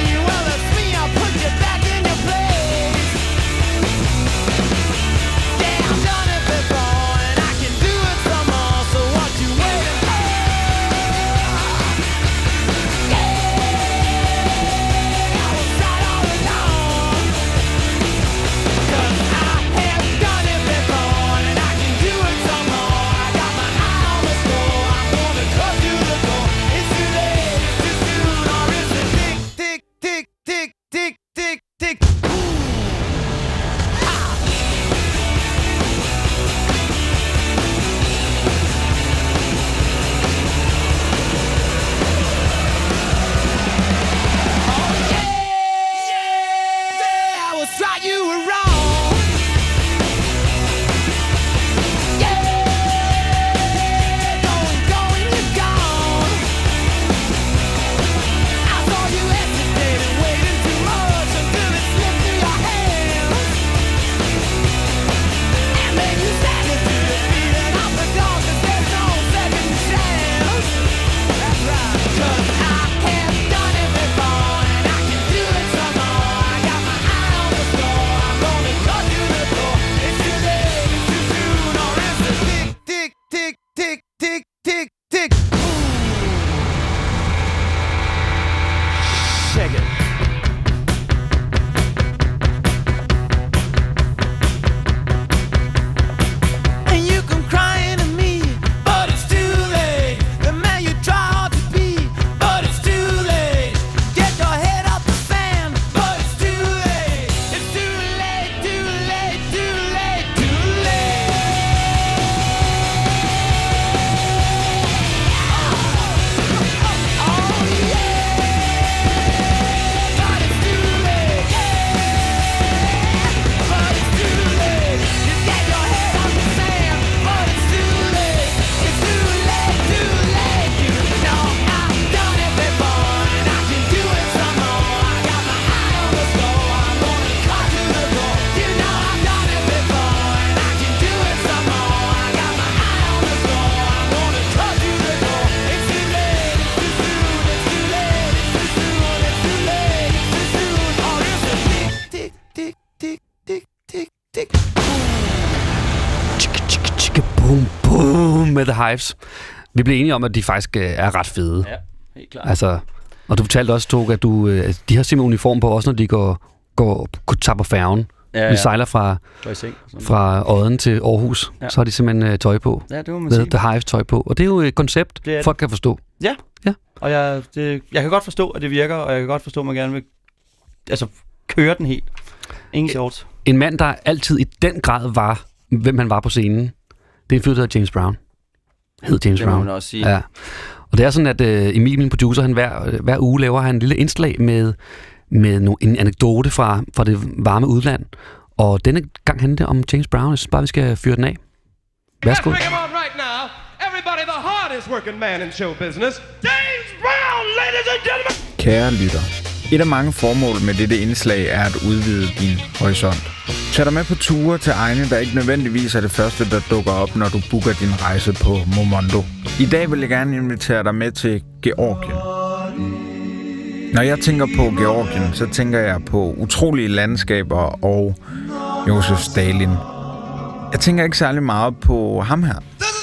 med The Hives. Vi blev enige om, at de faktisk er ret fede. Ja, helt klart. Altså, og du fortalte også, Toge, at de har simpelthen uniform på, også når de tager på færgen. Ja. Vi sejler fra Odden til Aarhus, så har de simpelthen tøj på. Ja, det må man sige. The Hives tøj på. Og det er jo et koncept, folk kan forstå. Ja. Og jeg kan godt forstå, at det virker, og jeg kan godt forstå, at man gerne vil køre den helt. Ingen shorts. En mand, der altid i den grad var, hvem han var på scenen, det er en fyr, der hedder James Brown. Hed James Brown. Det må man også sige. Ja. Og det er sådan, at Emil, min producer, han hver uge laver han en lille indslag med en anekdote fra det varme udland. Og denne gang handler det om James Brown. Jeg synes bare, vi skal fyre den af. Værsgo. Everybody, the hardest working man in show business, James Brown, ladies and gentlemen. Kære lytter, et af mange formål med dette indslag er at udvide din horisont. Tag dig med på ture til egne, der ikke nødvendigvis er det første, der dukker op, når du booker din rejse på Momondo. I dag vil jeg gerne invitere dig med til Georgien. Når jeg tænker på Georgien, så tænker jeg på utrolige landskaber og Josef Stalin. Jeg tænker ikke særlig meget på ham her.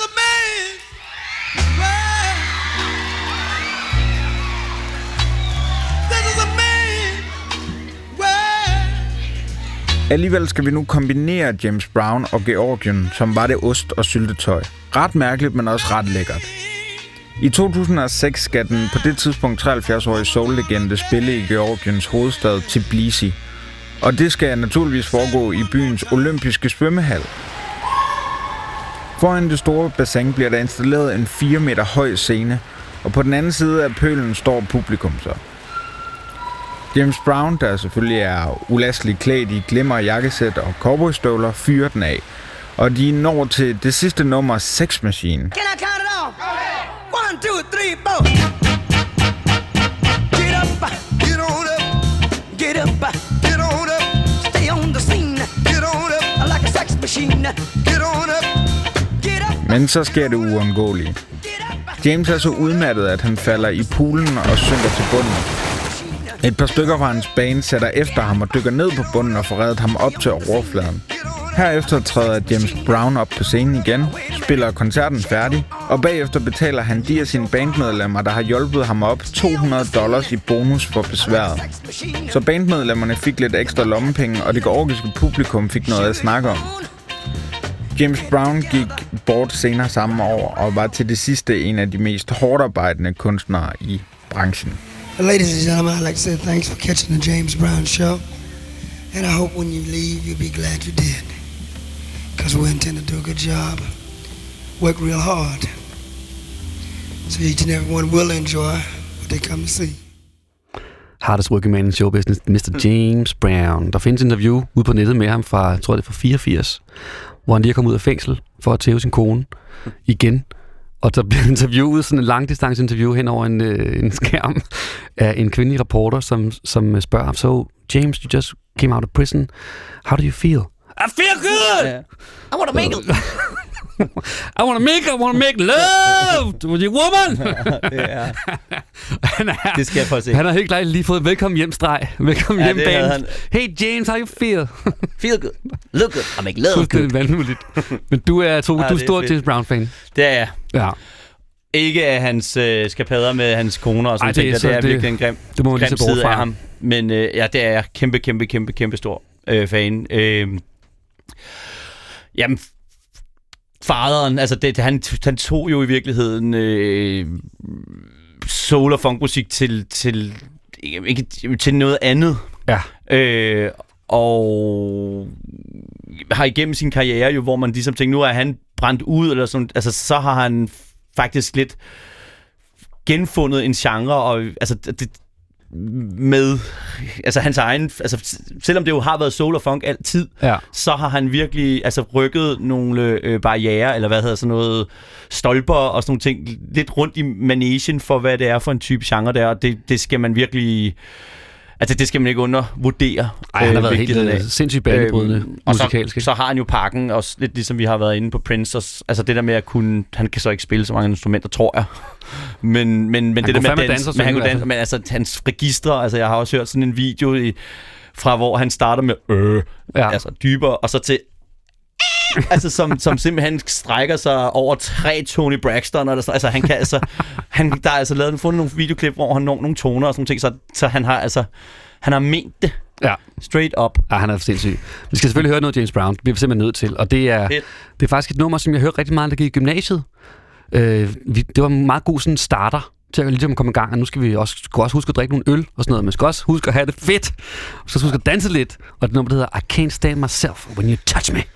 Alligevel skal vi nu kombinere James Brown og Georgien, som var det ost og syltetøj. Ret mærkeligt, men også ret lækkert. I 2006 skal den på det tidspunkt 73-årige soul-legende spille i Georgiens hovedstad Tbilisi. Og det skal naturligvis foregå i byens olympiske svømmehal. Foran det store bassin bliver der installeret en 4 meter høj scene, og på den anden side af pølen står publikum så. James Brown, der selvfølgelig er ulasteligt klædt i glimmer, jakkesæt og cowboystøvler, fyrer den af. Og de når til det sidste nummer, Sex Machine. Can I count it off? 1, 2, 3, 4. Get up, get on up, get up, get on up. Stay on the scene, get on up, like a sex machine. Get on up, get up. Men så sker det uundgåelige. James er så udmattet, at han falder i poolen og synker til bunden. Et par stykker fra hans band sætter efter ham og dykker ned på bunden og får reddet ham op til overfladen. Herefter træder James Brown op på scenen igen, spiller koncerten færdig, og bagefter betaler han de af sine bandmedlemmer, der har hjulpet ham op, $200 i bonus for besværet. Så bandmedlemmerne fik lidt ekstra lommepenge, og det georgiske publikum fik noget at snakke om. James Brown gik bort senere samme år og var til det sidste en af de mest hårdarbejdende kunstnere i branchen. Ladies and gentlemen, I'd like to say thanks for catching the James Brown show. And I hope when you leave, you'll be glad you did. Because we intend to do a good job. Work real hard. So each and everyone will enjoy what they come to see. Hardest working man in show business, Mr. James Brown. Der findes interview ude på nettet med ham fra, jeg tror det er fra 84, hvor han lige er kommet ud af fængsel for at tæve sin kone igen. Og der bliver interviewet, sådan en langdistance-interview hen over en skærm af en kvindelig reporter, som spørger ham, so James, you just came out of prison. How do you feel? I feel good! Yeah. I want to make it. I want to make love with your woman! Det skal jeg prøve at se. Han har helt klart lige fået velkommen hjem-streg. Velkommen hjem band. Hey James, how you feel? Feel good. Look good. I make love good. Det er vanvittigt. Men du er stor James Brown-fan. Det er jeg. Ja. Ikke af hans skapader med hans koner og sådan ting. Det er virkelig en grim side af ham. Men ja, det er jeg kæmpe stor fan. Jamen, faderen, altså han tog jo i virkeligheden soul og funkmusik til noget andet. Ja. Og har igennem sin karriere jo, hvor man ligesom tænker, nu er han brændt ud eller sådan, altså så har han faktisk lidt genfundet en genre og altså det med altså hans egen, altså selvom det jo har været soul og funk altid, så har han virkelig altså rykket nogle barrierer eller hvad hedder sådan noget stolper og sådan nogle ting lidt rundt i managen for hvad det er for en type genre der, og det skal man virkelig, altså det skal man ikke undervurdere. Ej, han har været helt sindssygt banebrydende musikalsk. Så har han jo pakken, også lidt ligesom vi har været inde på Prince, og, altså det der med at kunne, han kan så ikke spille så mange instrumenter, tror jeg. Men det der med at danse, men altså hans registre, altså jeg har også hørt sådan en video fra hvor han starter med altså dybere, og så til Altså, som simpelthen strækker sig over 3 Tony Braxton. Altså, han kan der er altså fundet nogle videoklip, hvor han når nogle toner og sådan ting, så han har ment det. Ja. Straight up. Ja, han er sindssyg. Vi skal selvfølgelig høre noget James Brown. Det bliver vi simpelthen nødt til. Og det er faktisk et nummer, som jeg hørte rigtig meget, der gik i gymnasiet. Det var en meget god sådan starter til at ligesom komme i gang, og nu skal vi også huske at drikke nogle øl og sådan noget. Man skal også huske at have det fedt. Og så huske at danse lidt. Og det nummer, der hedder I Can't Stand Myself When You Touch Me.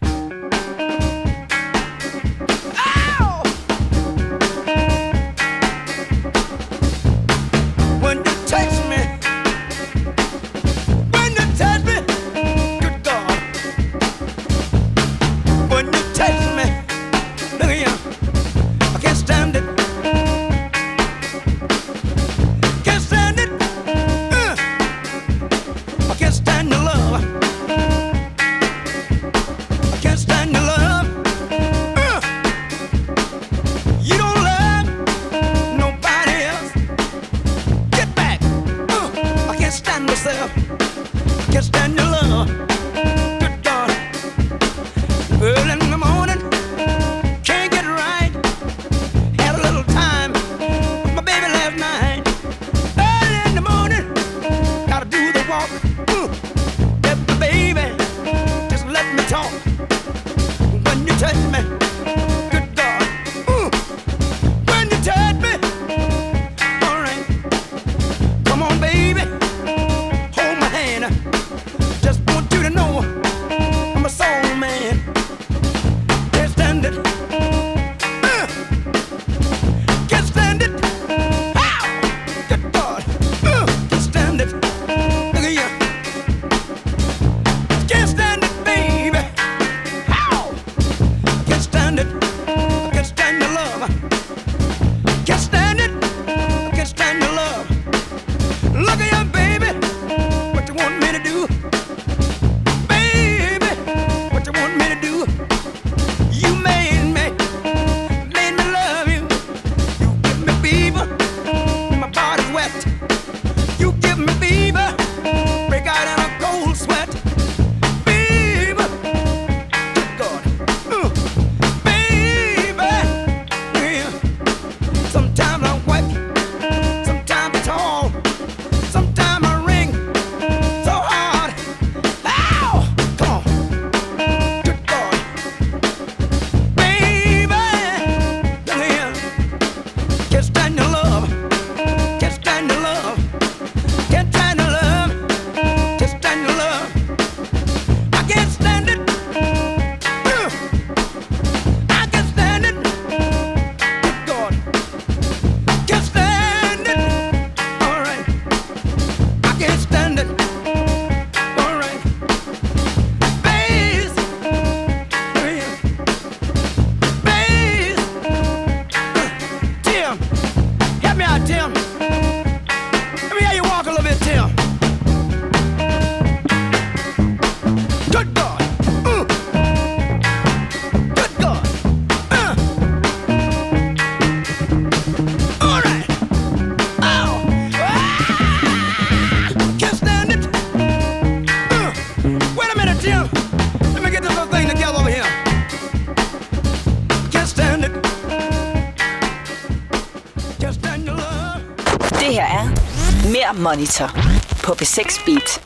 Monitor på P6 Beat.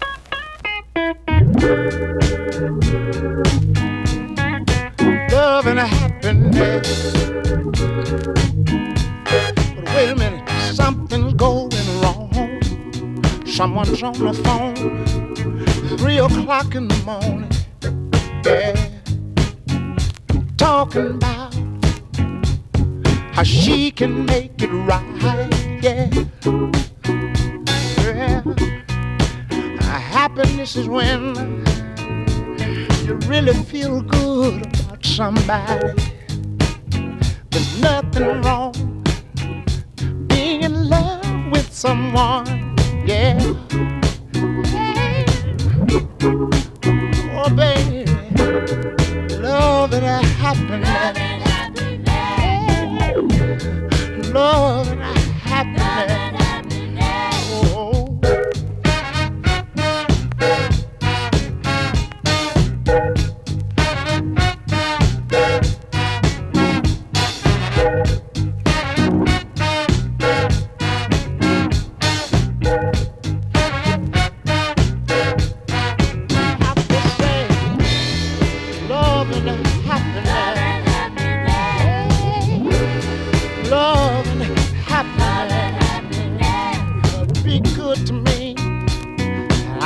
Love and happiness. But wait a minute, something's going wrong. Someone's on the phone, 3 o'clock in the morning. Yeah, talking about how she can make it right. Yeah. Happiness is when you really feel good about somebody. There's nothing wrong being in love with someone, yeah. Oh, baby, love and happiness. Love and happiness.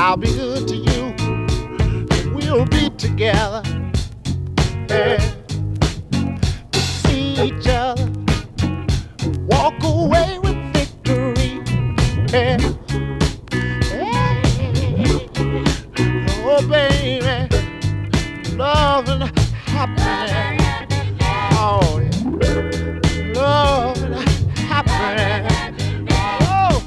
I'll be good to you. We'll be together. Yeah. To see each other. Walk away with victory. Yeah. Oh, baby, love and happiness. Oh, yeah. Love and happiness. Oh.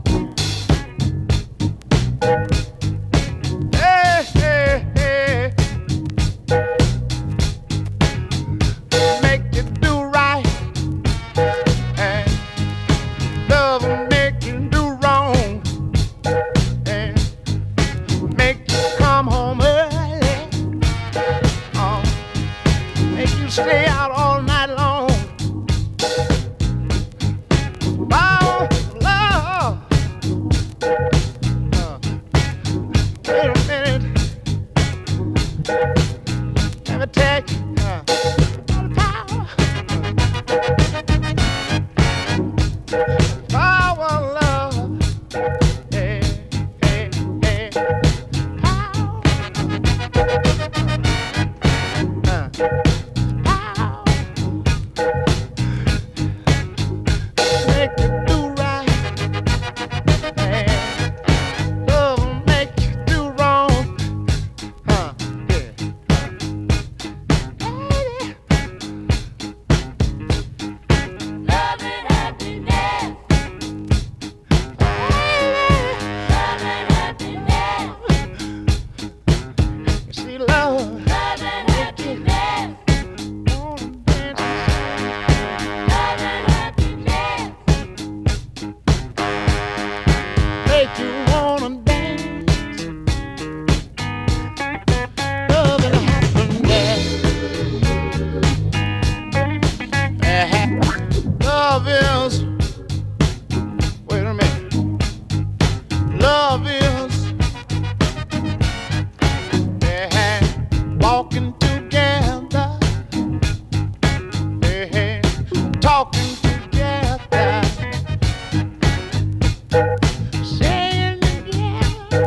Hey, hey, hey. Make you do right. And love will make you do wrong. And make you come home early. Make you stay out all night long. Oh, love. Wait a minute. Let me tell you. Power of love. Hey, hey, hey. Make you do right. And love will make you do wrong. Yeah. Love and happiness. Love and happiness. You see, love. Love and happiness. Love and happiness. Make you wanna dance. Love and happiness. Love is. Wait a minute. Love is. Walking together. Talking together. Saying together.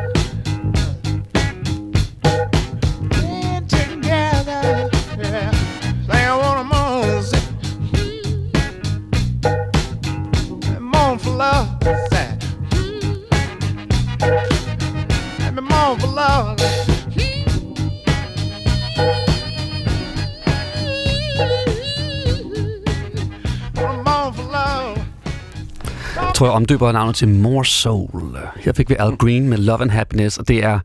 Saying together. Yeah. Say I wanna moan. Moan for love. Say. Let me moan for love. Moan for love. Jeg tror, jeg omdøber navnet til More Soul. Her fik vi Al Green med Love and Happiness, og det er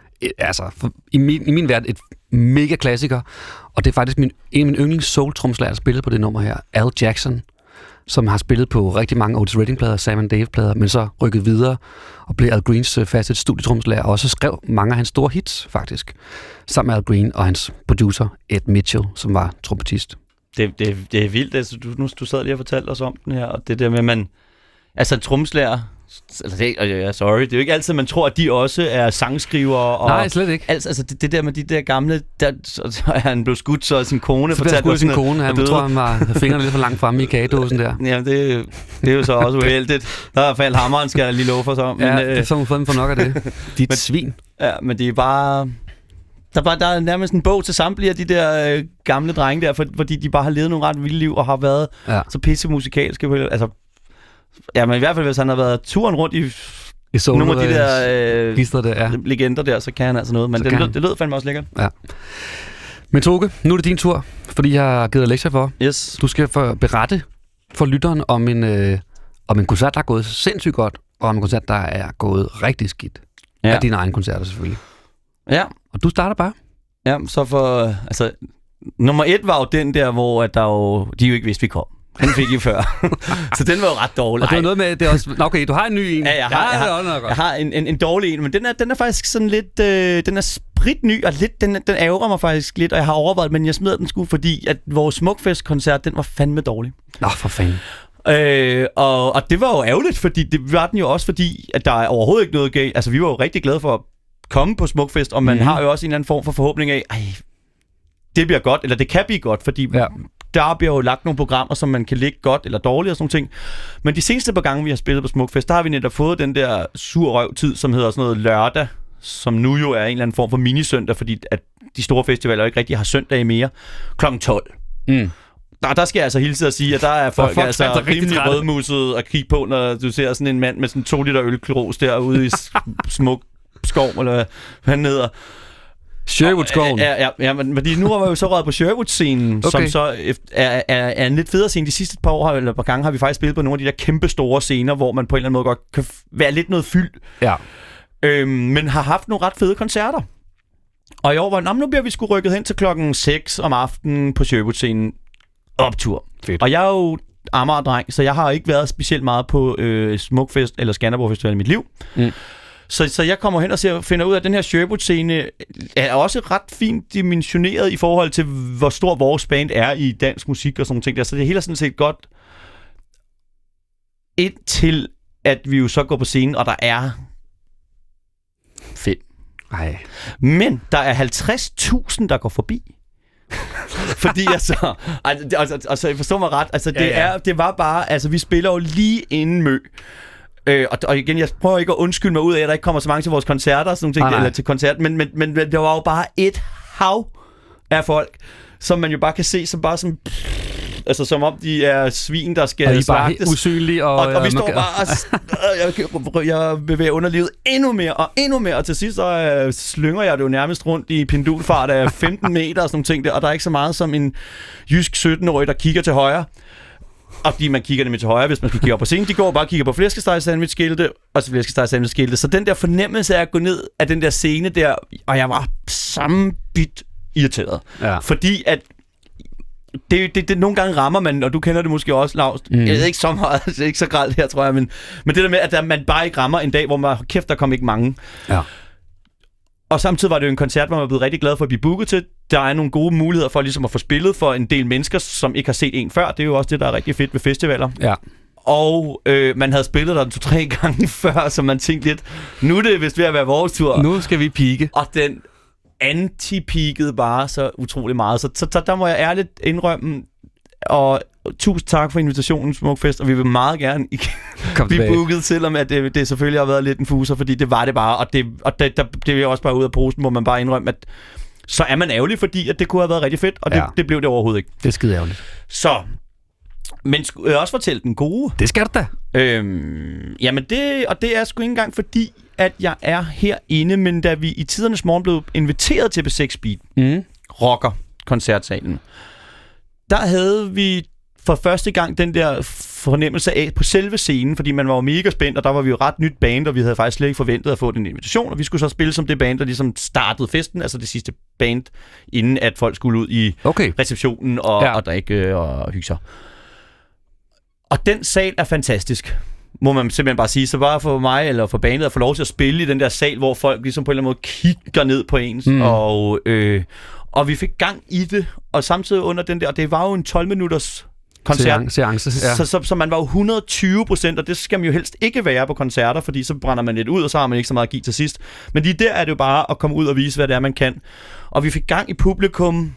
i min verden et mega klassiker, og det er faktisk en af mine yndlings soul-tromslærer, der spillede på det nummer her, Al Jackson, som har spillet på rigtig mange Otis Redding-plader, Sam & Dave-plader, men så rykket videre og blev Al Greens faste studietromslærer, og også skrev mange af hans store hits, faktisk, sammen med Al Green og hans producer, Ed Mitchell, som var trompetist. Det er vildt, altså, du sad lige og fortalte os om den her, og det der med, man... Altså, tromslærer... Altså, sorry, det er jo ikke altid, man tror, at de også er sangskrivere. Og nej, slet ikke. Altså det der med de der gamle... Så er han blevet skudt, så sin kone så fortalte os sin kone, han tror, han var fingrene lidt for langt fremme i kagedåsen der. Ja, det er jo så også uheldigt. Der er faldt hammeren, skal jeg lige love for så. Men, ja, det er så fået for nok af det. Dit svin. Ja, men det er bare... Der er nærmest en bog til samtlige af de der gamle drenge der, fordi de bare har levet nogle ret vilde liv og har været så pisse musikalske. Altså, ja, men i hvert fald, hvis han har været turen rundt i nogle af de der legender der, så kan han altså noget. Men det lød fandme også lækkert. Ja. Men Toke, nu er det din tur, fordi jeg har givet dig lektier for. Yes. Du skal berette for lytteren om en koncert, der er gået sindssygt godt, og om en koncert, der er gået rigtig skidt. Ja. Af dine egne koncerter selvfølgelig. Ja. Og du starter bare. Ja, så altså, nummer 1 var jo den der, hvor de jo ikke vidste, vi kom. Den fik I før. Så den var jo ret dårlig. Og det var noget med, det er også... Okay, du har en ny en. Ja, jeg har en dårlig en, men den er faktisk sådan lidt... den er spritny, og lidt, den ærger mig faktisk lidt, og jeg har overvejet, men jeg smider den sgu, fordi at vores Smukfest-koncert, den var fandme dårlig. Nå, for fanden. Og det var jo ærgerligt, fordi det var den jo også, fordi at der er overhovedet ikke noget galt. Altså, vi var jo rigtig glade for at komme på Smukfest, og man har jo også en eller anden form for forhåbning af, det bliver godt, eller det kan blive godt, fordi der bliver jo lagt nogle programmer, som man kan ligge godt eller dårligt og sådan nogle ting. Men de seneste par gange, vi har spillet på Smukfest, der har vi netop fået den der sur røv tid, som hedder sådan noget lørdag som nu jo er en eller anden form for minisøndag, fordi at de store festivaler ikke rigtig har søndag mere, kl. 12. Der skal jeg altså hilse at sige, at der er folk altså rimelig rødmusset at kigge på, når du ser sådan en mand med sådan 2 liter ølkros derude i smuk skov, eller hvad han hedder. Sherwood-skoven. Ja, men nu har vi jo så røget på Sherwood-scenen, som så er en lidt federe scene. De sidste par år, eller par gange, har vi faktisk spillet på nogle af de der kæmpe store scener, hvor man på en eller anden måde godt kan være lidt noget fyldt. Ja. Men har haft nogle ret fede koncerter. Og i år var nu bliver vi sgu rykket hen til klokken 6 om aftenen på Sherwood-scenen. Optur. Fedt. Og jeg er jo Amager-dreng, så jeg har ikke været specielt meget på Smukfest eller Skanderborg Festival i mit liv. Så jeg kommer hen og finder ud af, at den her Sherwood-scene er også ret fint dimensioneret i forhold til, hvor stor vores band er i dansk musik og sådan nogle ting der. Så det hele er sådan set godt indtil, at vi jo så går på scenen, og der er 5. Ej. Men der er 50.000, der går forbi. Fordi altså jeg forstår mig ret, altså det var bare, altså vi spiller jo lige inden Mø. Og igen, jeg prøver ikke at undskylde mig ud af, at der ikke kommer så mange til vores koncerter og sådan nogle ting, eller til koncert, men der var jo bare et hav af folk, som man jo bare kan se som bare sådan, altså som om de er svin, der skal slagtes. Usynlige og vi står bare jeg bevæger underlivet endnu mere, og til sidst så slynger jeg det jo nærmest rundt i pendulfart af 15 meter og sådan nogle ting der, og der er ikke så meget som en jysk 17-årig, der kigger til højre. Og fordi man kigger nemlig til højre, hvis man skal kigge op på scenen. De går bare og kigger på flæskesteg sandwich-skilte, og så flæskesteg sandwich-skilte. Så den der fornemmelse af at gå ned af den der scene der, og jeg var sammenbit irriteret. Ja. Fordi at det nogle gange rammer man, og du kender det måske også, Laust. Jeg ved ikke så meget, det er ikke så grelt her, tror jeg, men det der med, at man bare ikke rammer en dag, hvor man, kæft, der kom ikke mange. Ja. Og samtidig var det jo en koncert, hvor man var blevet rigtig glad for at blive booket til. Der er nogle gode muligheder for ligesom at få spillet for en del mennesker, som ikke har set en før. Det er jo også det, der er rigtig fedt ved festivaler. Ja. Og man havde spillet der 2-3 gange før, så man tænkte lidt, nu er det vist ved at være vores tur. Nu skal vi peake. Og den anti-peakede bare så utrolig meget. Så der må jeg ærligt indrømme, og tusind tak for invitationen, Smukfest, og vi vil meget gerne blive booket, selvom at det selvfølgelig har været lidt en fuser, fordi det var det bare, og det er også bare ud af posen, hvor man bare indrømme, at så er man ærgerlig, fordi at det kunne have været rigtig fedt, og det blev det overhovedet ikke. Det er skide ærgerligt. Så, men skulle jeg også fortælle den gode? Det skal du da. Jamen det er sgu ikke engang fordi, at jeg er herinde, men da vi i tidernes morgen blev inviteret til P6 Beat, rocker-koncertsalen, der havde vi for første gang den der fornemmelse af på selve scenen, fordi man var jo mega spændt, og der var vi jo ret nyt band, og vi havde faktisk slet ikke forventet at få den invitation, og vi skulle så spille som det band, der ligesom startede festen, altså det sidste band, inden at folk skulle ud i receptionen og drikke og hygge sig. Og den sal er fantastisk, må man simpelthen bare sige. Så bare for mig eller for bandet at få lov til at spille i den der sal, hvor folk ligesom på en eller anden måde kigger ned på ens, og vi fik gang i det, og samtidig under den der, og det var jo en 12-minutters koncert. Seance, ja. Så man var jo 120%, og det skal man jo helst ikke være på koncerter, fordi så brænder man lidt ud, og så har man ikke så meget at give til sidst. Men lige der er det jo bare at komme ud og vise, hvad det er, man kan. Og vi fik gang i publikum,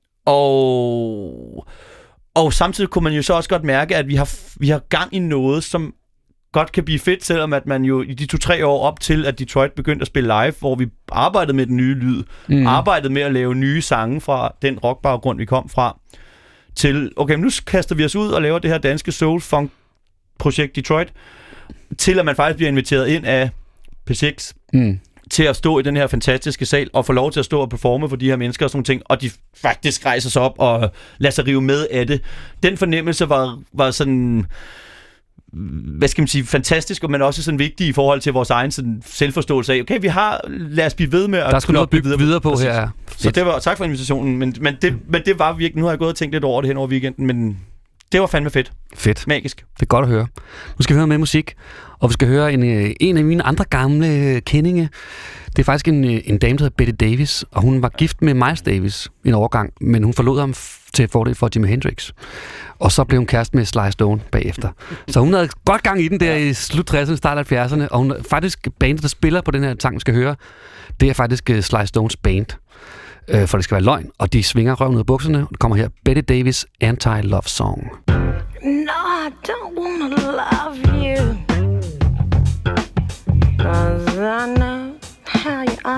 og samtidig kunne man jo så også godt mærke, at vi har gang i noget, som godt kan blive fedt, selvom at man jo i de 2-3 år op til, at Detroit begyndte at spille live, hvor vi arbejdede med den nye lyd, arbejdede med at lave nye sange fra den rockbaggrund, vi kom fra, til, okay, nu kaster vi os ud og laver det her danske soul-funk-projekt Detroit, til at man faktisk bliver inviteret ind af P6 til at stå i den her fantastiske sal og få lov til at stå og performe for de her mennesker og sådan ting, og de faktisk rejser sig op og lader sig rive med af det. Den fornemmelse var sådan, hvad skal man sige, fantastisk, men også sådan vigtig i forhold til vores egen sådan selvforståelse af, okay, lad os blive ved med at der skulle noget bygge videre på her. Ja. Så det var, tak for invitationen, men det var virkelig, nu har jeg gået og tænkt lidt over det hen over weekenden, men det var fandme fedt. Fedt. Magisk. Det er godt at høre. Nu skal vi høre med musik, og vi skal høre en af mine andre gamle kendinge. Det er faktisk en dame, der hedder Bette Davis, og hun var gift med Miles Davis en overgang, men hun forlod ham til fordel for Jimi Hendrix. Og så blev hun kæreste med Sly Stone bagefter. Så hun havde godt gang i den der i slut 60'erne, start 70'erne, og hun faktisk bandet, der spiller på den her sang, vi skal høre, det er faktisk Sly Stones band. For det skal være løgn, og de svinger røven ud af bukserne. Det kommer her, Bette Davis Anti-Love Song. No, I don't wanna love you, 'cause I know how you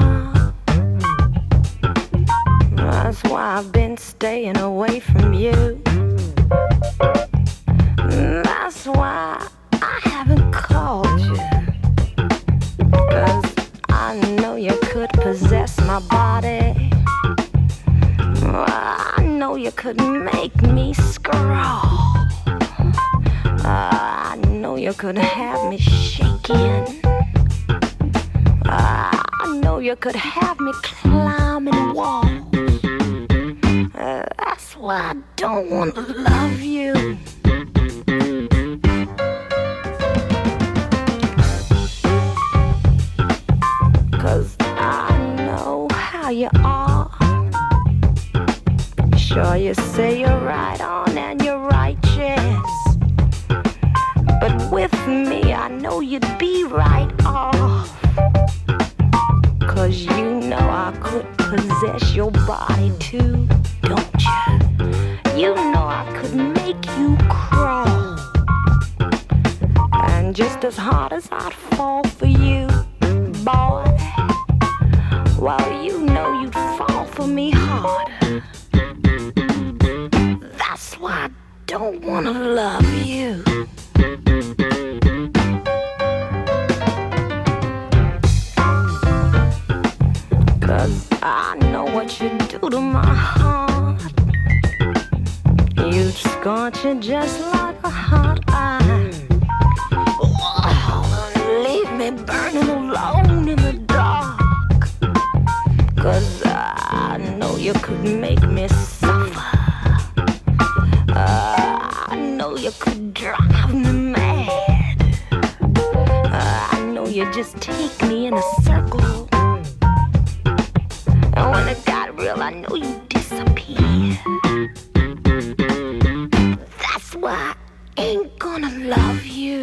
you could make me scroll. I know you could have me shaking. I know you could have me climbing walls. That's why I don't want to love you. Cause I know how you are. Sure, you say you're right on and you're righteous, but with me I know you'd be right off. Cause you know I could possess your body too, don't you? You know I could make you crawl. And just as hard as I'd fall for you, boy, well, you know you'd fall for me harder. That's why I don't wanna love you. Cause I know what you do to my heart. You'd scorch it just like a hot iron. Leave me burning alone in the dark. Cause I know you could make me suffer. I know you could drive me mad. I know you just take me in a circle. And when it got real, I know you disappear. That's why I ain't gonna love you.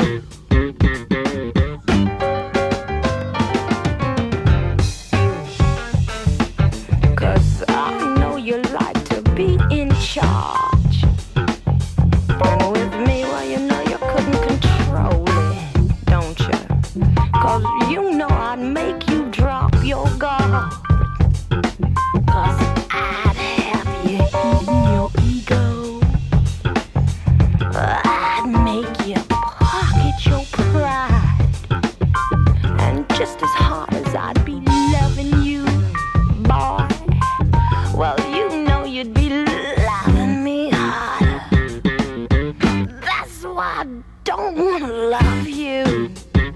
Cause I know you like to be in charge. And with me, well, you know you couldn't control it, don't you? Cause you know I'd make you drop your guard. Cause I'd have you eating your ego. I'd make you pocket your pride. And just as hard as I'd be loving you, boy, well, you know you'd be loving me harder. That's why I don't wanna love you.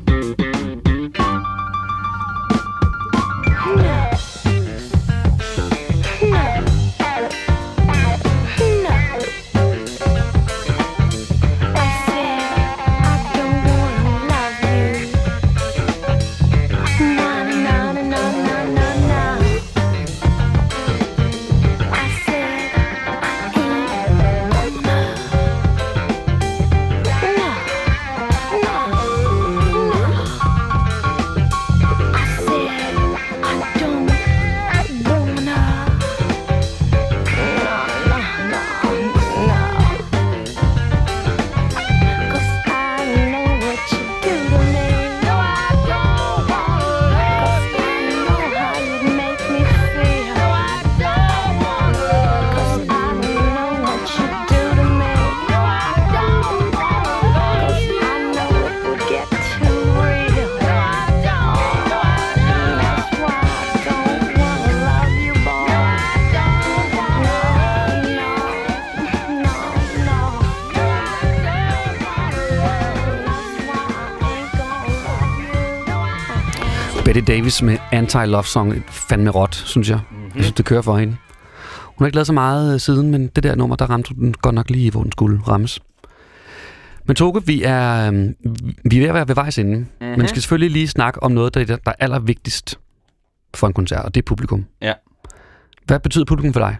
Betty Davis med Anti-Love Song, fandme råt, synes jeg. Jeg synes, det kører for hende. Hun har ikke lavet så meget siden, men det der nummer, der ramte den godt nok lige, hvor den skulle rammes. Men Toke, vi er ved at være ved vejs ende. Men vi skal selvfølgelig lige snakke om noget, der er allervigtigst for en koncert, og det er publikum. Ja. Hvad betyder publikum for dig?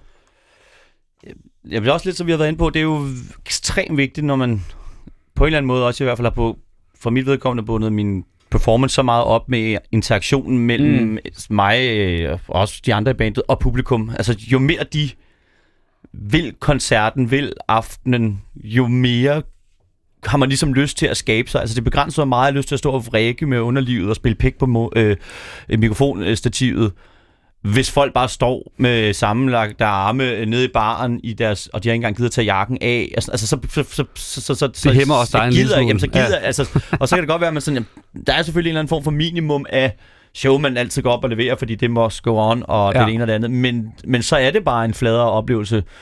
Jeg vil også lidt, som vi har været inde på, det er jo ekstremt vigtigt, når man på en eller anden måde også i hvert fald har på, for mit vedkommende bundet min performance så meget op med interaktionen mellem mig og også de andre i bandet og publikum. Altså jo mere de vil koncerten, vil aftenen, jo mere har man ligesom lyst til at skabe sig. Altså det begrænser meget, jeg har lyst til at stå og vrække med underlivet og spille pik på mikrofonstativet. Hvis folk bare står med sammenlagte arme nede i baren i deres, og de har ikke engang givet at tage jakken af, altså så det hæmmer også dig en lille smule. Jamen, så gider, altså, og så kan det godt være, at man sådan, der er selvfølgelig en eller anden form for minimum af show, man altid går op og leverer, fordi det må go on, og det ene og det andet, men så er det bare en fladere oplevelse,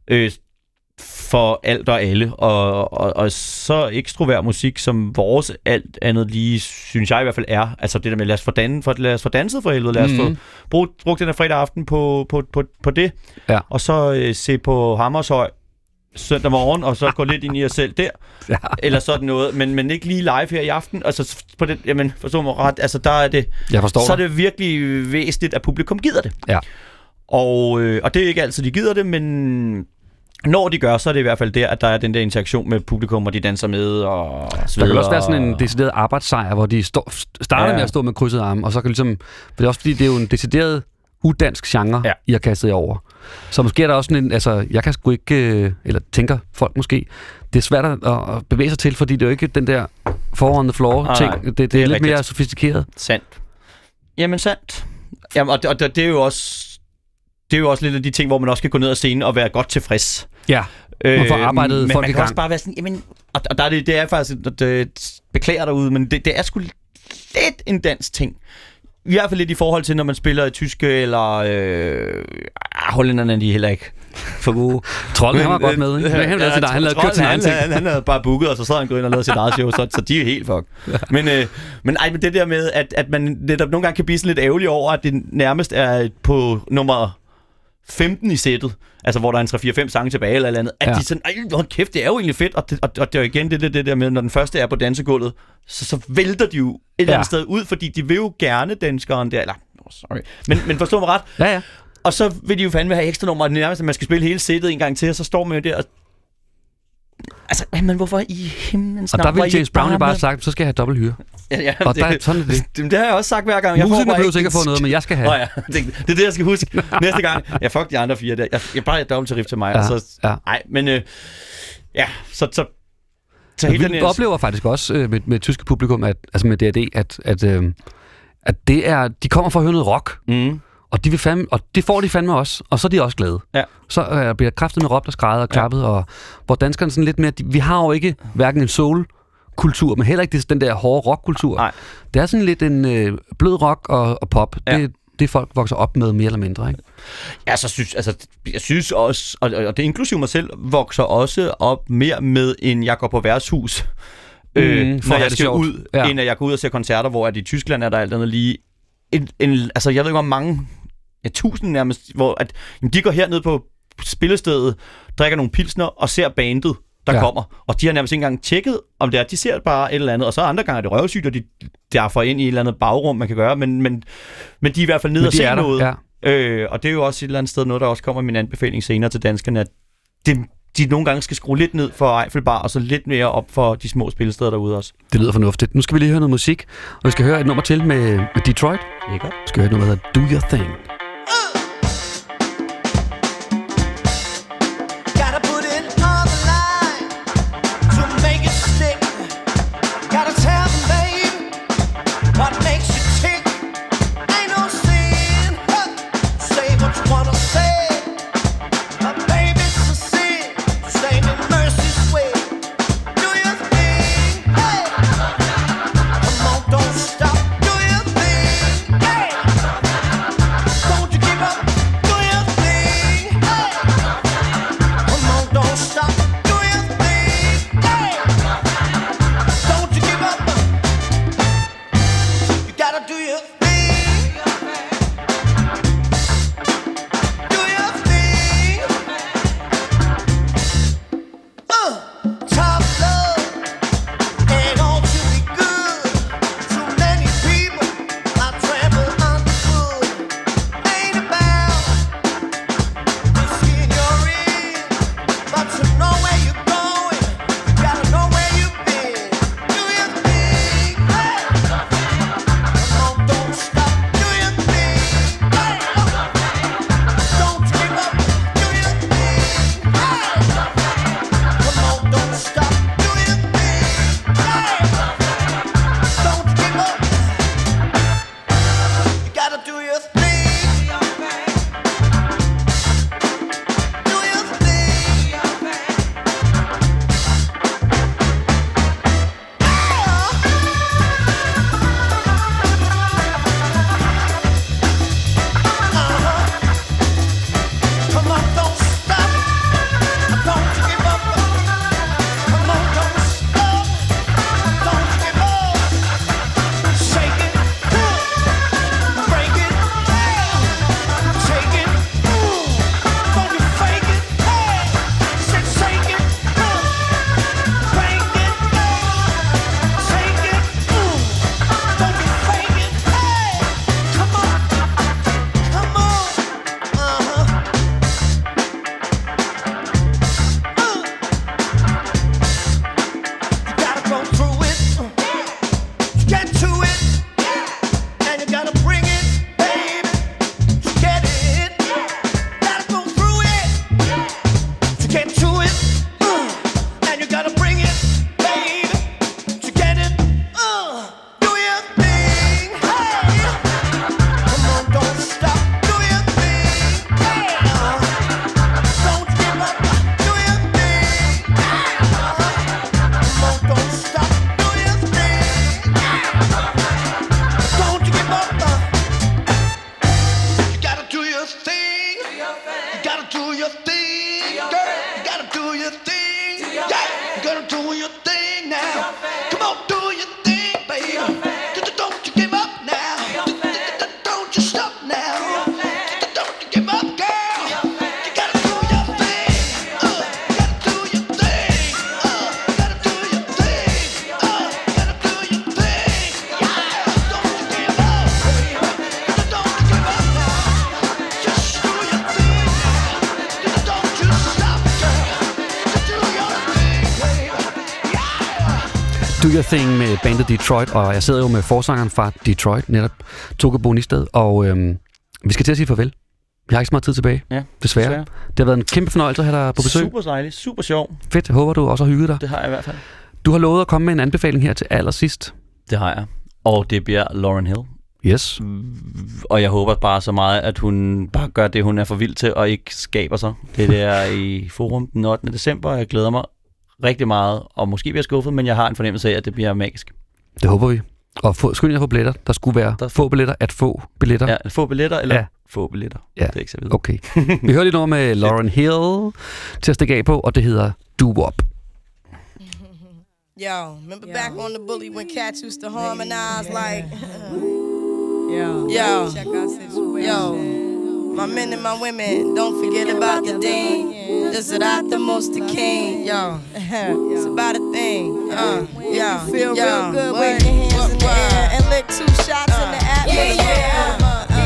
for alt og alle, og så ekstrovert musik, som vores alt andet lige, synes jeg i hvert fald er, altså det der med, lad os få danset for helvede, lad os få brugt den her fredag aften på det, og så se på Hammershøj søndag morgen, og så gå lidt ind i os selv der, eller sådan noget, men ikke lige live her i aften, altså på den, jamen, forstår mig ret, altså der er det, så er det virkelig væsentligt, at publikum gider det. Ja. Og det er ikke altid, de gider det, men når de gør, så er det i hvert fald der, at der er den der interaktion med publikum, og de danser med og sveder. Der kan også være sådan en decideret arbejdssejr, hvor de starter med at stå med krydset arme, og så kan ligesom, for det er også fordi, det er jo en decideret udansk genre, I har kastet jer over. Så måske er der også sådan en, altså, jeg kan sgu ikke, eller tænker folk måske, det er svært at bevæge sig til, fordi det er jo ikke den der on the floor ting, det er lidt mere sofistikeret. Sandt. Jamen sandt. Jamen, og det er jo også... Det er jo også lidt af de ting, hvor man også kan gå ned ad scenen og være godt tilfreds. Ja, man får arbejdet folk i gang. Men man kan også bare være sådan, jamen... Og der er det er faktisk, beklager derude, men det er sgu lidt en dansk ting. I hvert fald lidt i forhold til, når man spiller i tyske, eller... hollænderne, de er heller ikke for gode. Trolden, han var godt med, ikke? Han havde kørt sin egen ting. Han havde bare booket, og så sad han gået ind og lavede sit eget show, så de er jo helt fuck. Men det der med, at man netop nogle gange kan blive sådan lidt ærgerlig over, at det nærmest er på nummer 15 i sættet, altså hvor der er en 3-4-5 sange tilbage eller andet, at de sådan, hold kæft, det er jo egentlig fedt, og det er jo igen det der med, når den første er på dansegulvet, så vælter de jo et eller andet sted ud, fordi de vil jo gerne danskeren der, eller, men forstå mig ret. Ja. Og så vil de jo fandme have ekstra nummer, nærmest at man skal spille hele sættet en gang til, og så står man jo der og... Altså, men hvorfor i himlen snart? Og der vil James Brown jo bare sagt, så skal jeg have dobbelt hyre. Ja, og sådan er det. Det har jeg også sagt hver gang. Musikerne behøver sikkert få noget, men jeg skal have. Det er det, jeg skal huske næste gang. Ja, fuck de andre 4 der. Jeg bare dobbelt tarif til mig. Og så, nej, men så helt vi oplever faktisk også med tyske publikum, altså med D&D, at det er, de kommer for at høre noget rock. Og det får de fandme også, og så er de også glade. Ja. Så bliver kraftigt med råbt og skrædet og klappet, og hvor danskerne sådan lidt mere... Vi har jo ikke hverken en soul-kultur, men heller ikke den der hårde rock-kultur. Nej. Det er sådan lidt en blød rock og pop. Ja. Det folk vokser op med mere eller mindre, ikke? Ja, jeg synes også, og det inklusive mig selv, vokser også op mere med, end jeg går på værtshus, når jeg skal ud, end at jeg går ud og ser koncerter, hvor at i Tyskland er der alt andet lige... altså, jeg ved ikke, hvor mange... Ja, 1000 nærmest, hvor at, de går herned på spillestedet, drikker nogle pilsner og ser bandet, der kommer. Og de har nærmest ikke engang tjekket, om det er, de ser bare et eller andet, og så andre gange er det røvsygt, og de derfor ind i et eller andet bagrum, man kan gøre, men de er i hvert fald nede og ser noget. Ja. Og det er jo også et eller andet sted noget, der også kommer min anbefaling senere til danskerne, at de nogle gange skal skrue lidt ned for Eiffelbar, og så lidt mere op for de små spillesteder derude også. Det lyder fornuftigt. Nu skal vi lige høre noget musik, og vi skal høre et nummer til med Detroit. Det er godt. Vi skal høre et nummer, der hedder Do Your Thing. Your Thing med bandet Detroit, og jeg sidder jo med forsangeren fra Detroit, netop Toke Nisted, og vi skal til at sige farvel. Vi har ikke så meget tid tilbage, desværre. Det har været en kæmpe fornøjelse at have dig på besøg. Super dejligt, super sjov. Fedt, jeg håber, du også har hygget dig. Det har jeg i hvert fald. Du har lovet at komme med en anbefaling her til allersidst. Det har jeg. Og det bliver Lauryn Hill. Yes. Og jeg håber bare så meget, at hun bare gør det, hun er for vild til, og ikke skaber sig. Det er i Forum den 8. december, og jeg glæder mig rigtig meget, og måske bliver jeg skuffet, men jeg har en fornemmelse af, at det bliver magisk. Det håber vi. Og skynd jer på billetter. Der skulle være få billetter, at få billetter. Ja, få billetter, eller få billetter. Ja. Det er ikke så vidt. Okay. Vi hører lige noget med Lauryn Hill til at stikke af på, og det hedder Do Wop. Yo, remember back on the bully when cats used to harmonize like yo, my men and my women, don't forget about the dean. This is not the most the king, yo. It's about a thing, yo. Feel real good, wave your hands in the air and lick 2 shots in the atmosphere.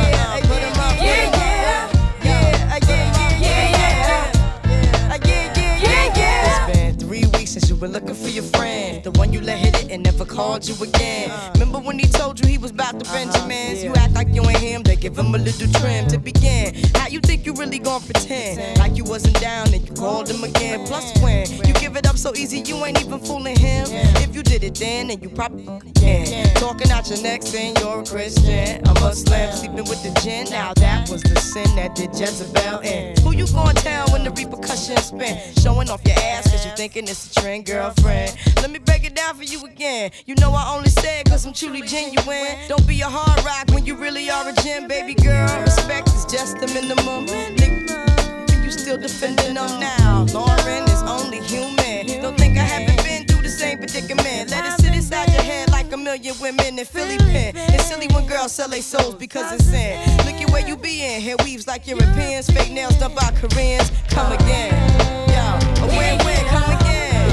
Since you were looking for your friend, the one you let hit it and never called you again. Remember when he told you he was about to Benjamins? You act like you ain't him, they give him a little trim to begin. How you think you really gonna pretend like you wasn't down and you called him again? Plus when you give it up so easy, you ain't even fooling him. If you did it then you probably can. Talking out your neck saying you're a Christian, a Muslim, sleeping with the jinn. Now that was the sin that did Jezebel in. Who you gonna tell when the repercussions spin? Showing off your ass cause you thinking it's a trend, girlfriend. Let me break it down for you again. You know I only say it cause I'm truly genuine. Don't be a hard rock when you really are a gem, baby girl. Respect is just the minimum. Nigga, you still defending them now. Lauren is only human. Don't think I haven't been through the same predicament. Let it sit inside your head like a million women in Philly pen. It's silly when girls sell their souls because it's sin. Look at where you be in. Hair weaves like Europeans. Fake nails done by Koreans. Come again. Yo, a win-win. Come again.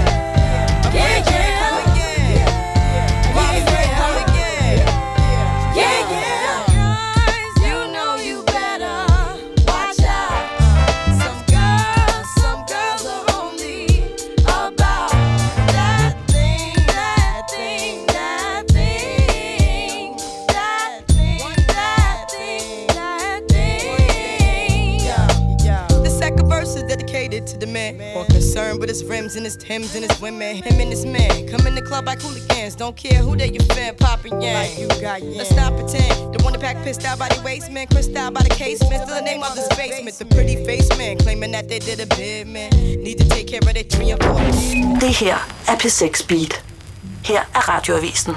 To the man, more concerned with his rims and his Timbs and his women. Him and his man come in the club like hooligans. Don't care who they your fan, poppin' yang. Let's not pretend. The one that pack pissed out by the waist, man, crissed out by the casement. Still the name of this basement. The pretty face man claiming that they did a bid, man. Need to take care of their 3 and 4. Det her er P6 Beat. Her er Radioavisen.